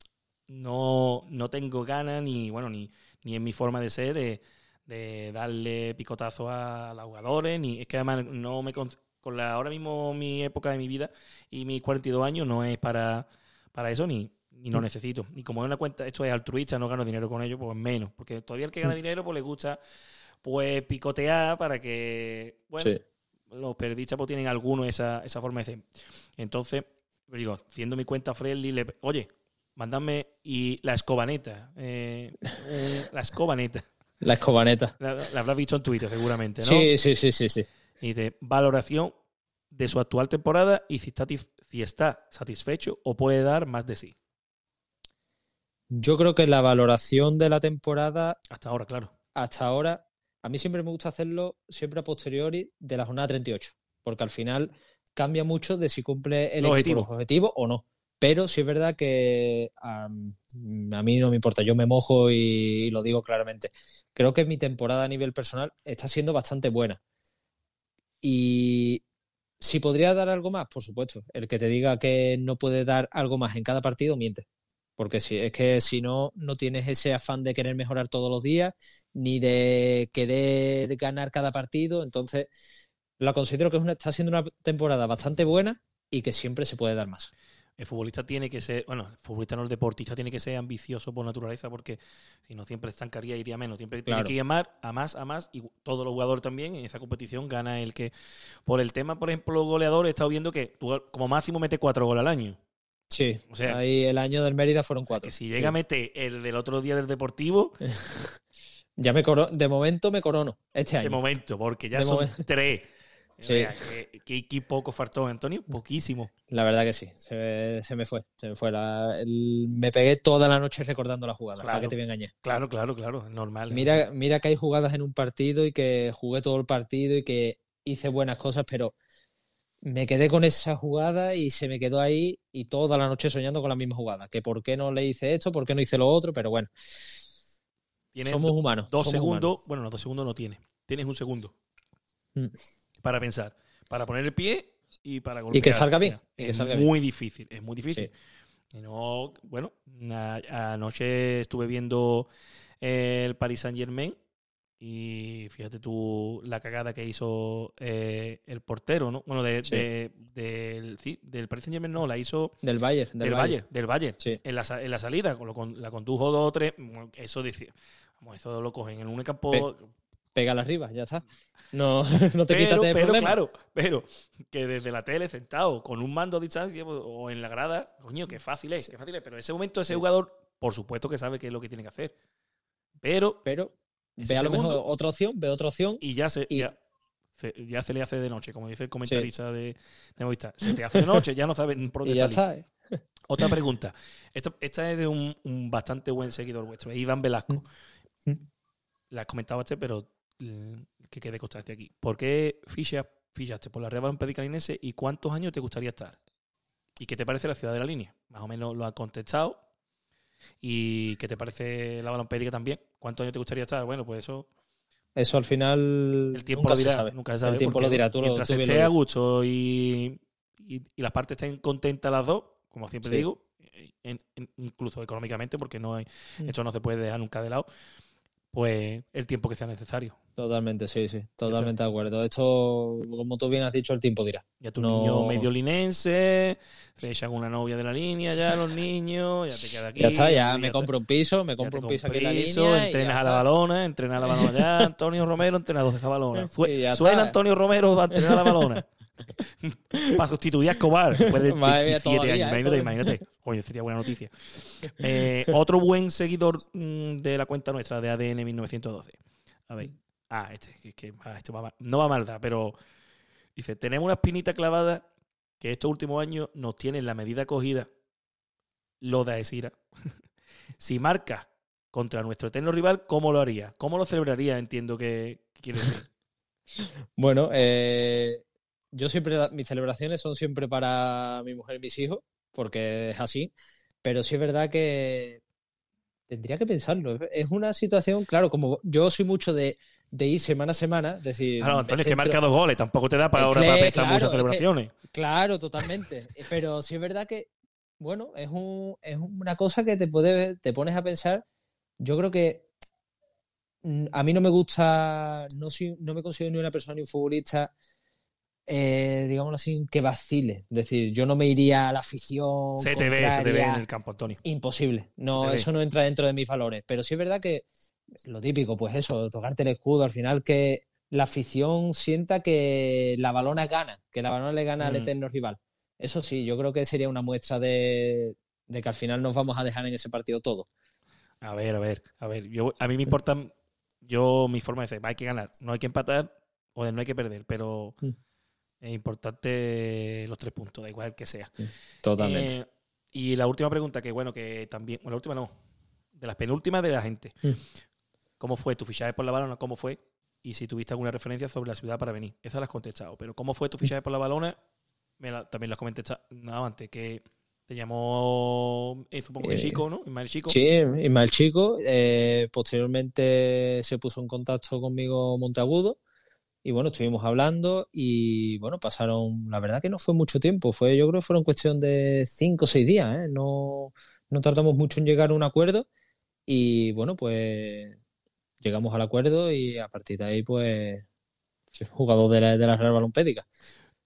no, no tengo ganas, ni bueno, ni, ni en mi forma de ser, de, de darle picotazos a los jugadores, ni es que además no me con la ahora mismo mi época de mi vida y mis cuarenta y dos años no es para, para eso ni, ni lo necesito. Y como es una cuenta, esto es altruista, no gano dinero con ello, pues menos. Porque todavía el que gana dinero pues le gusta pues picotear para que, bueno, sí. los periodistas pues tienen algunos esa, esa forma de ser. Entonces, digo, siendo mi cuenta friendly, le, oye, mándame y la escobaneta, eh, la escobaneta. La escobaneta. La, la habrás visto en Twitter seguramente, ¿no? Sí, sí, sí, sí, sí. Y de valoración de su actual temporada y si está, si está satisfecho o puede dar más de sí. Yo creo que la valoración de la temporada... Hasta ahora, claro. Hasta ahora, a mí siempre me gusta hacerlo siempre a posteriori de la jornada treinta y ocho, porque al final cambia mucho de si cumple el objetivo. Los objetivos o no. Pero sí es verdad que um, a mí no me importa, yo me mojo y, y lo digo claramente. Creo que mi temporada a nivel personal está siendo bastante buena. Y si podría dar algo más, por supuesto. El que te diga que no puede dar algo más en cada partido, miente. Porque si, es que si no, no tienes ese afán de querer mejorar todos los días, ni de querer ganar cada partido. Entonces, la considero que es una, está siendo una temporada bastante buena y que siempre se puede dar más. El futbolista tiene que ser, bueno, el futbolista no, el deportista tiene que ser ambicioso por naturaleza, porque si no siempre estancaría, iría menos. Siempre Claro. tiene que ir a más, a más, a más, y todos los jugadores también en esa competición gana el que. Por el tema, por ejemplo, los goleadores, he estado viendo que tú como máximo metes cuatro goles al año. Sí, O sea, ahí el año del Mérida fueron O sea, cuatro. que si llega Sí. a meter el del otro día del Deportivo, Ya me coro- de momento me corono este de año. momento, porque ya De son momento. tres. Sí. Vea, ¿Qué, qué equipo faltó, Antonio? Poquísimo. La verdad que sí, se, se me fue. Se me fue la- el- me pegué toda la noche recordando la jugada, Claro. para que te voy a engañar. Claro, claro, claro, es normal. Mira, mira que hay jugadas en un partido y que jugué todo el partido y que hice buenas cosas, pero me quedé con esa jugada y se me quedó ahí y toda la noche soñando con la misma jugada. Que por qué no le hice esto, por qué no hice lo otro, pero bueno, Tienes somos do- humanos. Dos somos segundos, humanos. bueno, no, dos segundos no tienes. Tienes un segundo Mm. para pensar, para poner el pie y para golpear. Y que salga bien, O sea, y que es salga bien. muy difícil, es muy difícil. Sí. Y no, bueno, a- anoche estuve viendo el Paris Saint Germain y fíjate tú la cagada que hizo eh, el portero, ¿no? Bueno, de, Sí. de- del, sí, del Paris Saint Germain no, la hizo Del Bayern, del, del Bayern. Bayern, del Bayern. Sí. En la, sa- en la salida, con lo con- la condujo dos o tres, bueno, eso decía, vamos, eso lo cogen en un campo. Pe- Pégala arriba, ya está. No, no te Pero, quitas de pero problema. claro, pero que desde la tele sentado con un mando a distancia pues, o en la grada, coño, qué fácil es, qué fácil es. Pero en ese momento ese Sí. jugador, por supuesto que sabe qué es lo que tiene que hacer. Pero, Pero ese ve a lo segundo- mejor otra opción, ve otra opción. y ya se, Y- ya, se, ya se le hace de noche, como dice el comentarista de, de Movistar. Se te hace de noche, ya no sabes por Y dónde ya salir. está. ¿eh? Otra pregunta. Esta, esta es de un, un bastante buen seguidor vuestro, es Iván Velasco. Mm. La has comentado este, pero mm, que quede constancia aquí. ¿Por qué fichas, fichaste por la Real Balompédica Linense y cuántos años te gustaría estar? ¿Y qué te parece la ciudad de la línea? Más o menos lo has contestado. ¿Y qué te parece la Balompédica también? ¿Cuántos años te gustaría estar? Bueno, pues eso Eso al final el tiempo nunca lo se dirá. sabe. Nunca se sabe. El tiempo porque lo dirá. Tú lo, mientras tú bien lo esté a dices. gusto y, y, y las partes estén contentas las dos, como siempre Sí. digo, en- en- incluso económicamente, porque no hay, Mm. esto no se puede dejar nunca de lado, pues el tiempo que sea necesario. Totalmente, sí, sí. Totalmente de acuerdo. Esto, como tú bien has dicho, el tiempo dirá. Ya tu No. niño medio linense, se echan una novia de la línea ya los niños, ya te queda aquí. Ya está, ya me está. compro un piso, me Ya compro te un piso compro aquí en la piso, línea. y entrenas ya a la está. balona, entrenas a la balona ya. Antonio Romero, entrenador de la balona. Sue- Y ya suena está. Antonio Romero va a entrenar a la balona. Para sustituir a Escobar después de Madre mía, veintisiete todavía, años. ¿eh? Imagínate, Todavía. imagínate. Coño, sería buena noticia. Eh, otro buen seguidor mm, de la cuenta nuestra de A D N mil novecientos doce. A ver. Ah, este, que, que, ah, este va mal. No va a maldad, pero dice, tenemos una espinita clavada que estos últimos años nos tienen la medida cogida, lo de Aesira. Si marcas contra nuestro eterno rival, ¿cómo lo haría? ¿Cómo lo celebraría? Entiendo que, que quiere decir. Bueno, eh, yo siempre, mis celebraciones son siempre para mi mujer y mis hijos, porque es así, pero sí es verdad que tendría que pensarlo. Es- Es una situación, claro, como yo soy mucho de, de ir semana a semana, es decir, Claro, Antonio, es que centro- marca dos goles, tampoco te da para Es ahora que, para pensar claro, muchas es que- celebraciones. Claro, totalmente. Pero sí es verdad que, bueno, es un, es una cosa que te puede, te pones a pensar. Yo creo que mm, a mí no me gusta, no soy, no me considero ni una persona ni un futbolista, eh, digámoslo así, que vacile. Es decir, yo no me iría a la afición Se te ve, se te ve contraria. en el campo, Antonio. Imposible. Se No, te ve. eso no entra dentro de mis valores. Pero sí es verdad que lo típico, pues eso, tocarte el escudo, al final que la afición sienta que la balona gana, que la balona le gana al Mm. eterno rival. Eso sí, yo creo que sería una muestra de, de que al final nos vamos a dejar en ese partido todo. A ver, a ver, a ver. Yo, a mí me importa, yo, mi forma de decir, hay que ganar, no hay que empatar o no hay que perder, pero Mm. es importante los tres puntos, da igual el que sea. Totalmente. Eh, y la última pregunta, que bueno, que también, bueno, la última no, de las penúltimas de la gente. Mm. ¿Cómo fue tu fichaje por la balona? ¿Cómo fue? Y si tuviste alguna referencia sobre la ciudad para venir. Esa la has contestado. Pero ¿cómo fue tu fichaje por la balona? Me la- también la has contestado nada antes, que te llamó, eh, supongo que Eh, Chico, ¿no? Ismael Chico. Sí, Ismael Chico. eh, posteriormente se puso en contacto conmigo Monteagudo. Y bueno, estuvimos hablando y bueno, pasaron, la verdad que no fue mucho tiempo, fue, yo creo que fueron cuestión de cinco o seis días, ¿eh? No, no tardamos mucho en llegar a un acuerdo y bueno, pues llegamos al acuerdo y a partir de ahí pues soy jugador de la, de la Real Balompédica.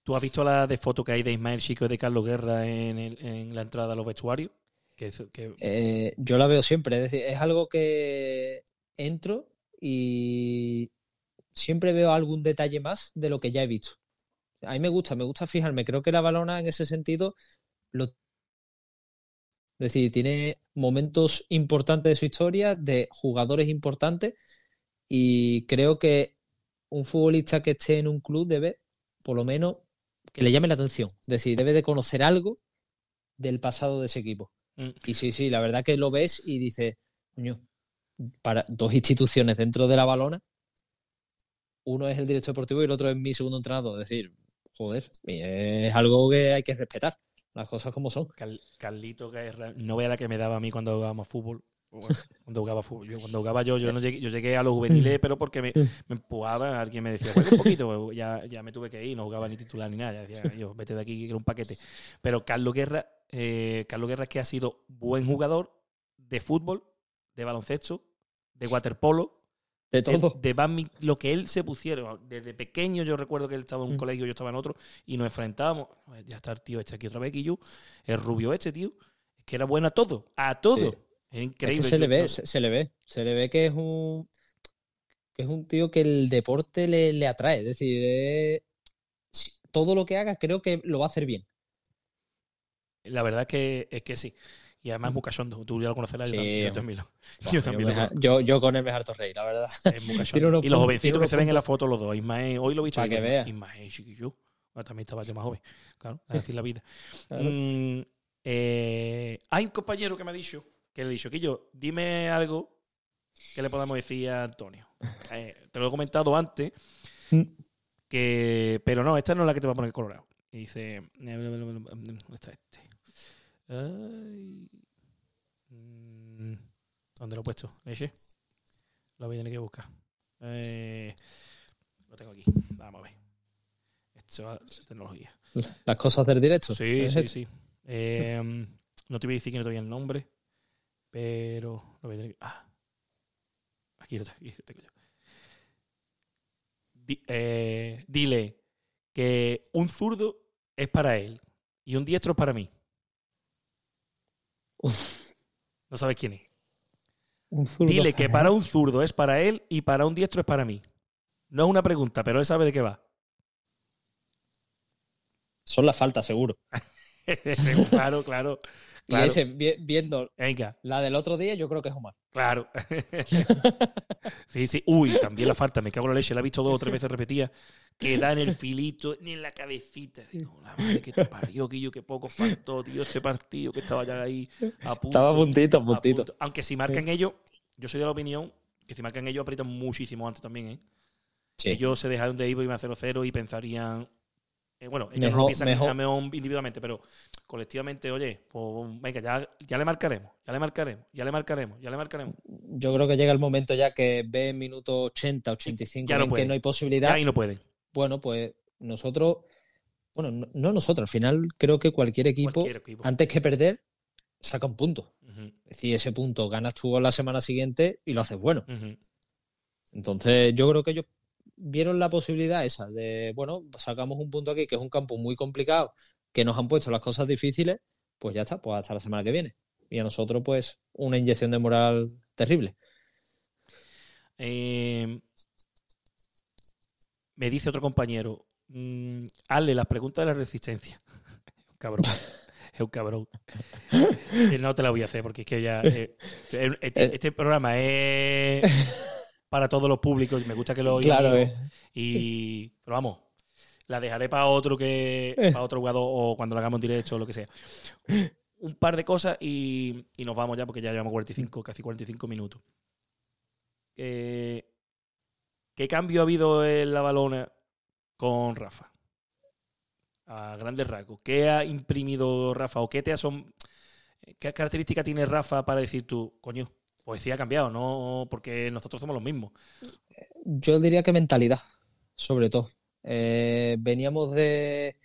¿Tú has visto la de foto que hay de Ismael Chico y de Carlos Guerra en, el, en la entrada a los vestuarios? Que, que... Eh, yo la veo siempre, es decir, es algo que entro y siempre veo algún detalle más de lo que ya he visto. A mí me gusta, me gusta fijarme. Creo que la Valona en ese sentido lo... Es decir, tiene momentos importantes de su historia, de jugadores importantes, y creo que un futbolista que esté en un club debe, por lo menos, que le llame la atención. Es decir, debe de conocer algo del pasado de ese equipo. Mm. Y sí, sí, la verdad que lo ves y dices, coño, para dos instituciones dentro de la Valona, uno es el director deportivo y el otro es mi segundo entrenador. Es decir, joder, es algo que hay que respetar. Las cosas como son. Cal- Carlito Guerra, no vea la que me daba a mí cuando jugábamos fútbol. Bueno, cuando jugaba fútbol. Yo, cuando jugaba yo, yo no llegué, yo llegué a los juveniles, pero porque me, me empujaba, alguien me decía, juega un poquito, ya, ya me tuve que ir, no jugaba ni titular ni nada. Ya decía, yo, vete de aquí, que era un paquete. Pero Carlos Guerra, eh, Carlos Guerra es que ha sido buen jugador de fútbol, de baloncesto, de waterpolo, de todo. De, de badminton, lo que él se pusiera. Desde pequeño yo recuerdo que él estaba en un mm. colegio, yo estaba en otro, y nos enfrentábamos. Ya está el tío este aquí otra vez, y yo, el rubio este, tío, es que era bueno a todo, a todo. Sí. Es increíble. Es que se le ve, se, se le ve, se le ve que es un que es un tío que el deporte le, le atrae. Es decir, eh, todo lo que haga creo que lo va a hacer bien. La verdad es que, es que sí. Y además es muy cachondo. Tú ya lo conocerás. Sí, yo también, yo también, bueno, yo, también yo, lo me, yo, yo con él me harto rey, la verdad. Es muy cachondo. Y los jovencitos que se ven en la foto, los dos. Ismael, hoy lo he visto. Para que vea. Ismael, chiquillo. También estaba yo más joven. Claro, a decir la vida. Claro. Mm, eh, hay un compañero que me ha dicho, que le he dicho, Quillo, dime algo que le podamos decir a Antonio. Eh, te lo he comentado antes, que pero no, esta no es la que te va a poner colorado. Y dice, ¿dónde está este? Ay, ¿dónde lo he puesto? ¿Leche? Lo voy a tener que buscar. Eh, lo tengo aquí. Vamos a ver. Esto es tecnología. Las cosas del directo. Sí, sí, sí. Eh, no te voy a decir que no te voy el nombre, pero lo voy a tener que... Ah, aquí lo tengo yo. Di, eh, dile que un zurdo es para él y un diestro es para mí. Uf. No sabes quién es. Dile que para un zurdo es para él y para un diestro es para mí. No es una pregunta, pero él sabe de qué va. Son las faltas, seguro. Claro, claro. Claro. Y ese, viendo Venga. La del otro día, yo creo que es Omar. Claro. Sí, sí. Uy, también la falta. Me cago en la leche. La he visto dos o tres veces repetida. Que da en el filito, ni en la cabecita. Digo, la madre que te parió, Quillo, que poco faltó, tío, ese partido que estaba ya ahí a punto. Estaba puntito, a puntito. A punto. Aunque si marcan sí. ellos, yo soy de la opinión que si marcan ellos aprietan muchísimo antes también, ¿eh? Sí. Ellos se dejaron de ir y iban a cero cero y pensarían... Eh, bueno, ellos mejor, no lo piensan mejor. A mejor individualmente, pero colectivamente, oye, pues venga, ya, ya le marcaremos, ya le marcaremos, ya le marcaremos, ya le marcaremos. Yo creo que llega el momento ya que ve en minuto ochenta, ochenta y cinco ya no en puede. Que no hay posibilidad. Ya ahí no pueden. Bueno, pues nosotros, bueno, no, no nosotros, al final creo que cualquier equipo, cualquier equipo, antes que perder, saca un punto. Uh-huh. Es decir, ese punto ganas tú la semana siguiente y lo haces bueno. Uh-huh. Entonces, yo creo que ellos vieron la posibilidad esa de, bueno, sacamos un punto aquí, que es un campo muy complicado, que nos han puesto las cosas difíciles, pues ya está, pues hasta la semana que viene. Y a nosotros, pues, una inyección de moral terrible. Eh, me dice otro compañero, mmm, hazle las preguntas de la resistencia. Es un cabrón. Es un cabrón. No te la voy a hacer porque es que ya... Eh, este, este programa es... para todos los públicos, me gusta que lo oigan. Claro, eh. Y, pero vamos, la dejaré para otro que para otro jugador o cuando lo hagamos en directo o lo que sea. Un par de cosas y, y nos vamos ya porque ya llevamos cuarenta y cinco, casi cuarenta y cinco minutos. Eh, ¿Qué cambio ha habido en la Valona con Rafa? A grandes rasgos. ¿Qué ha imprimido Rafa o qué te asom... qué característica tiene Rafa para decir tú, coño? Pues sí ha cambiado, no porque nosotros somos los mismos. Yo diría que mentalidad, sobre todo. Eh, veníamos de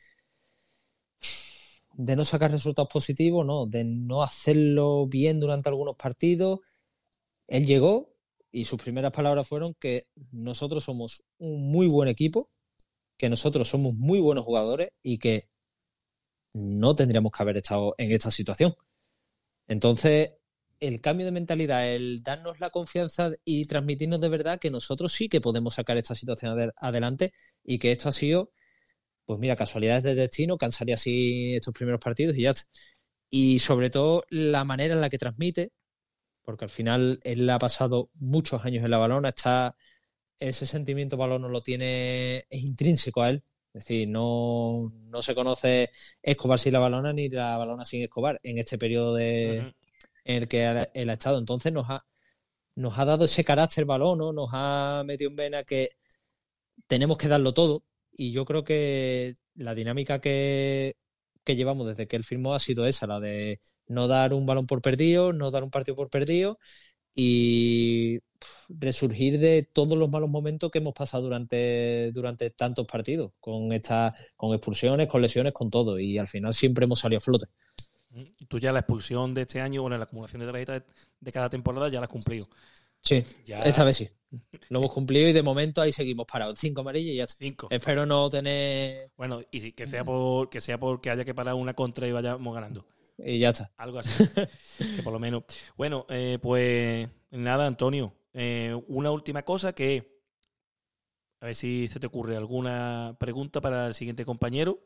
de no sacar resultados positivos, no, de no hacerlo bien durante algunos partidos. Él llegó y sus primeras palabras fueron que nosotros somos un muy buen equipo, que nosotros somos muy buenos jugadores y que no tendríamos que haber estado en esta situación. Entonces, el cambio de mentalidad, el darnos la confianza y transmitirnos de verdad que nosotros sí que podemos sacar esta situación ad- adelante y que esto ha sido, pues mira, casualidades del destino, que han salido así estos primeros partidos y ya está. Y sobre todo la manera en la que transmite, porque al final él ha pasado muchos años en la Valona, está ese sentimiento Valono lo tiene, es intrínseco a él. Es decir, no, no se conoce Escobar sin la Valona ni la Valona sin Escobar en este periodo de, Ujú. en el que él, él ha estado. Entonces nos ha, nos ha dado ese carácter Valono, nos ha metido en vena que tenemos que darlo todo. Y yo creo que la dinámica que, que llevamos desde que él firmó ha sido esa, la de no dar un balón por perdido, no dar un partido por perdido y pff, resurgir de todos los malos momentos que hemos pasado durante, durante tantos partidos, con esta, con expulsiones, con lesiones, con todo. Y al final siempre hemos salido a flote. Y tú ya la expulsión de este año, bueno, la acumulación de tarjetas de, de cada temporada ya la has cumplido. Sí, Ya esta vez sí. Lo hemos cumplido y de momento ahí seguimos parados. Cinco amarillas y ya está. cinco. Espero no tener... Bueno, y sí, que sea por que sea porque haya que parar una contra y vayamos ganando. Y ya está. Algo así. Que por lo menos. Bueno, eh, pues nada, Antonio. Eh, una última cosa que. A ver si se te ocurre alguna pregunta para el siguiente compañero.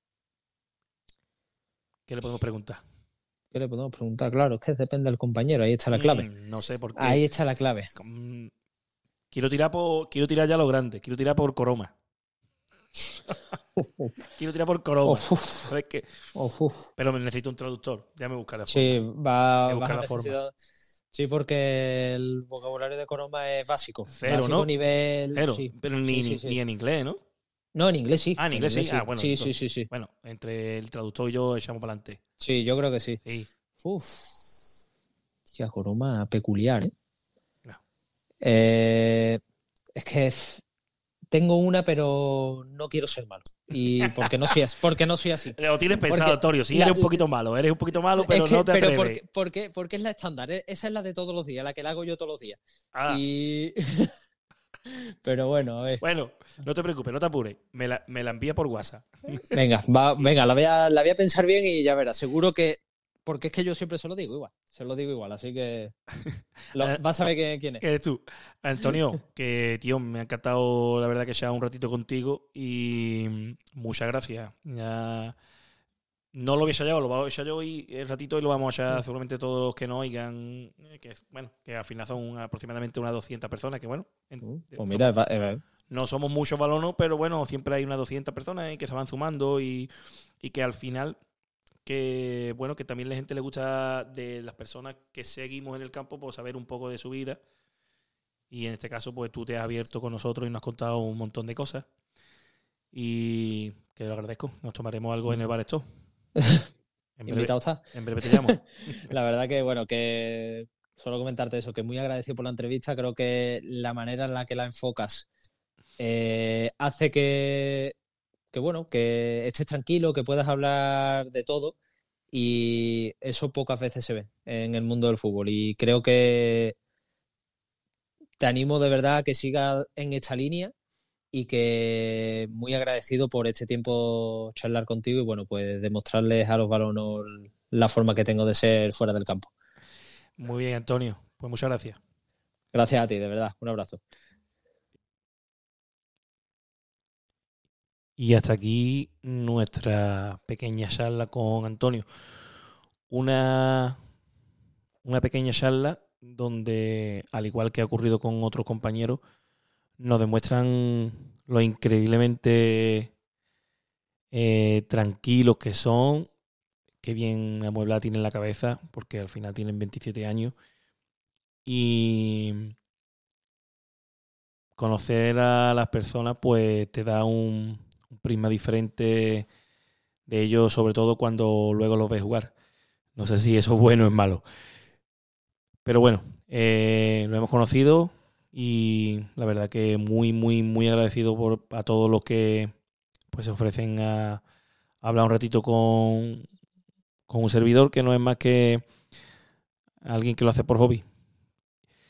¿Qué le podemos preguntar? ¿Qué le podemos preguntar? Claro, es que depende del compañero. Ahí está la clave. Mm, no sé por qué. Ahí está la clave. Mm, quiero tirar por. Quiero tirar ya lo grande. Quiero tirar por Coroma. Quiero tirar por Coroma. Uf, uf. Pero, es que, Uf, uf. pero me necesito un traductor. Ya me buscaré la forma. Sí, va, Voy a buscar vas a la forma. necesitar- Sí, porque el vocabulario de Coroma es básico. Cero, básico ¿no? nivel. Cero. Sí. Pero ni, Sí, ni, sí, sí. ni en inglés, ¿no? No, en inglés sí. Ah, en inglés, sí. Ah, bueno. Sí, sí, entonces- sí, sí. Bueno, entre el traductor y yo echamos para adelante. Sí, yo creo que sí. Sí. Uf. Tía, Coroma peculiar, ¿eh? No. Eh, Es que f- tengo una, pero no quiero ser malo. Y porque no soy así. Porque no soy así. Lo tienes pensado, Porque Antonio. Sí, la- eres un poquito malo. Eres un poquito malo, pero Es que- no te pero atreves. porque, porque, porque es la estándar. ¿eh? Esa es la de todos los días, la que la hago yo todos los días. Ah, Y... Pero bueno, a ver. bueno, no te preocupes, no te apures. Me la, me la envía por WhatsApp. Venga, va, venga, la voy, a, la voy a pensar bien y ya verás. Seguro que... Porque es que yo siempre se lo digo igual. Se lo digo igual, así que... lo- vas a ver quién, quién es. ¿Qué eres tú? Antonio, que tío, me ha encantado la verdad que sea un ratito contigo y muchas gracias. Ya no lo voy a echar yo, lo voy a echar yo y el ratito y lo vamos a echar seguramente todos los que no oigan, eh, que bueno, que al final son aproximadamente unas doscientas personas, que bueno, en- Uh, Pues somos- mira, va- eh, no somos muchos balonos, pero bueno, siempre hay unas doscientas personas eh, que se van sumando y, y que al final que bueno, que también la gente le gusta de las personas que seguimos en el campo, pues saber un poco de su vida. Y en este caso, pues tú te has abierto con nosotros y nos has contado un montón de cosas. Y que lo agradezco. Nos tomaremos algo en el bar esto. En breve, invitado está. en breve te llamo. La verdad que, bueno, que solo comentarte eso, que muy agradecido por la entrevista. Creo que la manera en la que la enfocas eh, hace que, que, bueno, que estés tranquilo, que puedas hablar de todo y eso pocas veces se ve en el mundo del fútbol y creo que te animo de verdad a que sigas en esta línea y que muy agradecido por este tiempo charlar contigo y bueno, pues demostrarles a los balonos la forma que tengo de ser fuera del campo. Muy bien, Antonio. Pues muchas gracias. Gracias a ti, de verdad. Un abrazo. Y hasta aquí nuestra pequeña charla con Antonio. Una, una pequeña charla donde, al igual que ha ocurrido con otros compañeros, nos demuestran lo increíblemente eh, tranquilos que son, qué bien amueblada tienen la cabeza, porque al final tienen veintisiete años. Y conocer a las personas pues te da un, un prisma diferente de ellos, sobre todo cuando luego los ves jugar. No sé si eso es bueno o es malo. Pero bueno, eh, lo hemos conocido y la verdad que muy, muy, muy agradecido por, a todos los que pues se ofrecen a, a hablar un ratito con, con un servidor que no es más que alguien que lo hace por hobby.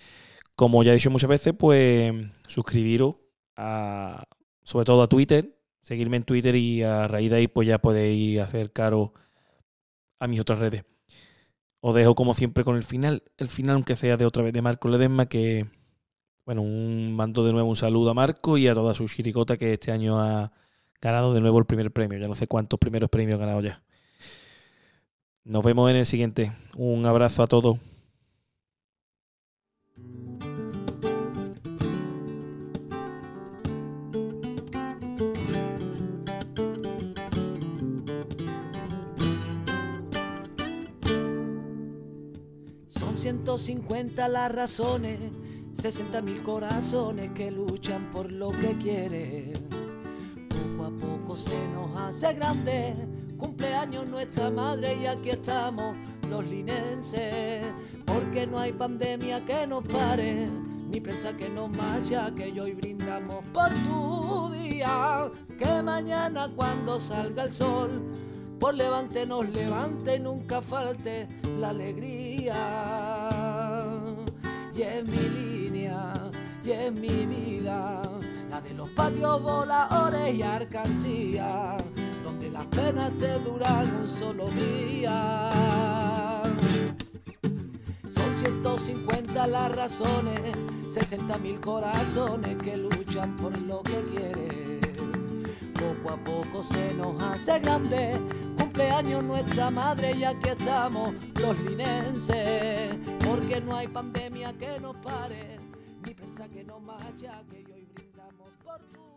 Como ya he dicho muchas veces, pues suscribiros a, sobre todo a Twitter, seguirme en Twitter y a raíz de ahí pues ya podéis acercaros a mis otras redes. Os dejo como siempre con el final, el final aunque sea de otra vez de Marco Ledesma, que bueno, un mando de nuevo un saludo a Marco y a toda su chiricota que este año ha ganado de nuevo el primer premio. Ya no sé cuántos primeros premios ha ganado ya. Nos vemos en el siguiente. Un abrazo a todos. Son ciento cincuenta las razones, sesenta mil corazones que luchan por lo que quieren. Poco a poco se nos hace grande, cumpleaños nuestra madre y aquí estamos los linenses. Porque no hay pandemia que nos pare, ni prensa que nos malla, que hoy brindamos por tu día. Que mañana cuando salga el sol, por levante nos levante y nunca falte la alegría. Y es mi línea, y es mi vida, la de los patios voladores y alcancía, donde las penas te duran un solo día. Son ciento cincuenta las razones, sesenta mil corazones que luchan por lo que quieren. Poco a poco se nos hace grande, cumpleaños nuestra madre y aquí estamos los linenses. Porque no hay pandemia que nos pare, ni prensa que nos malla, que hoy brindamos por tu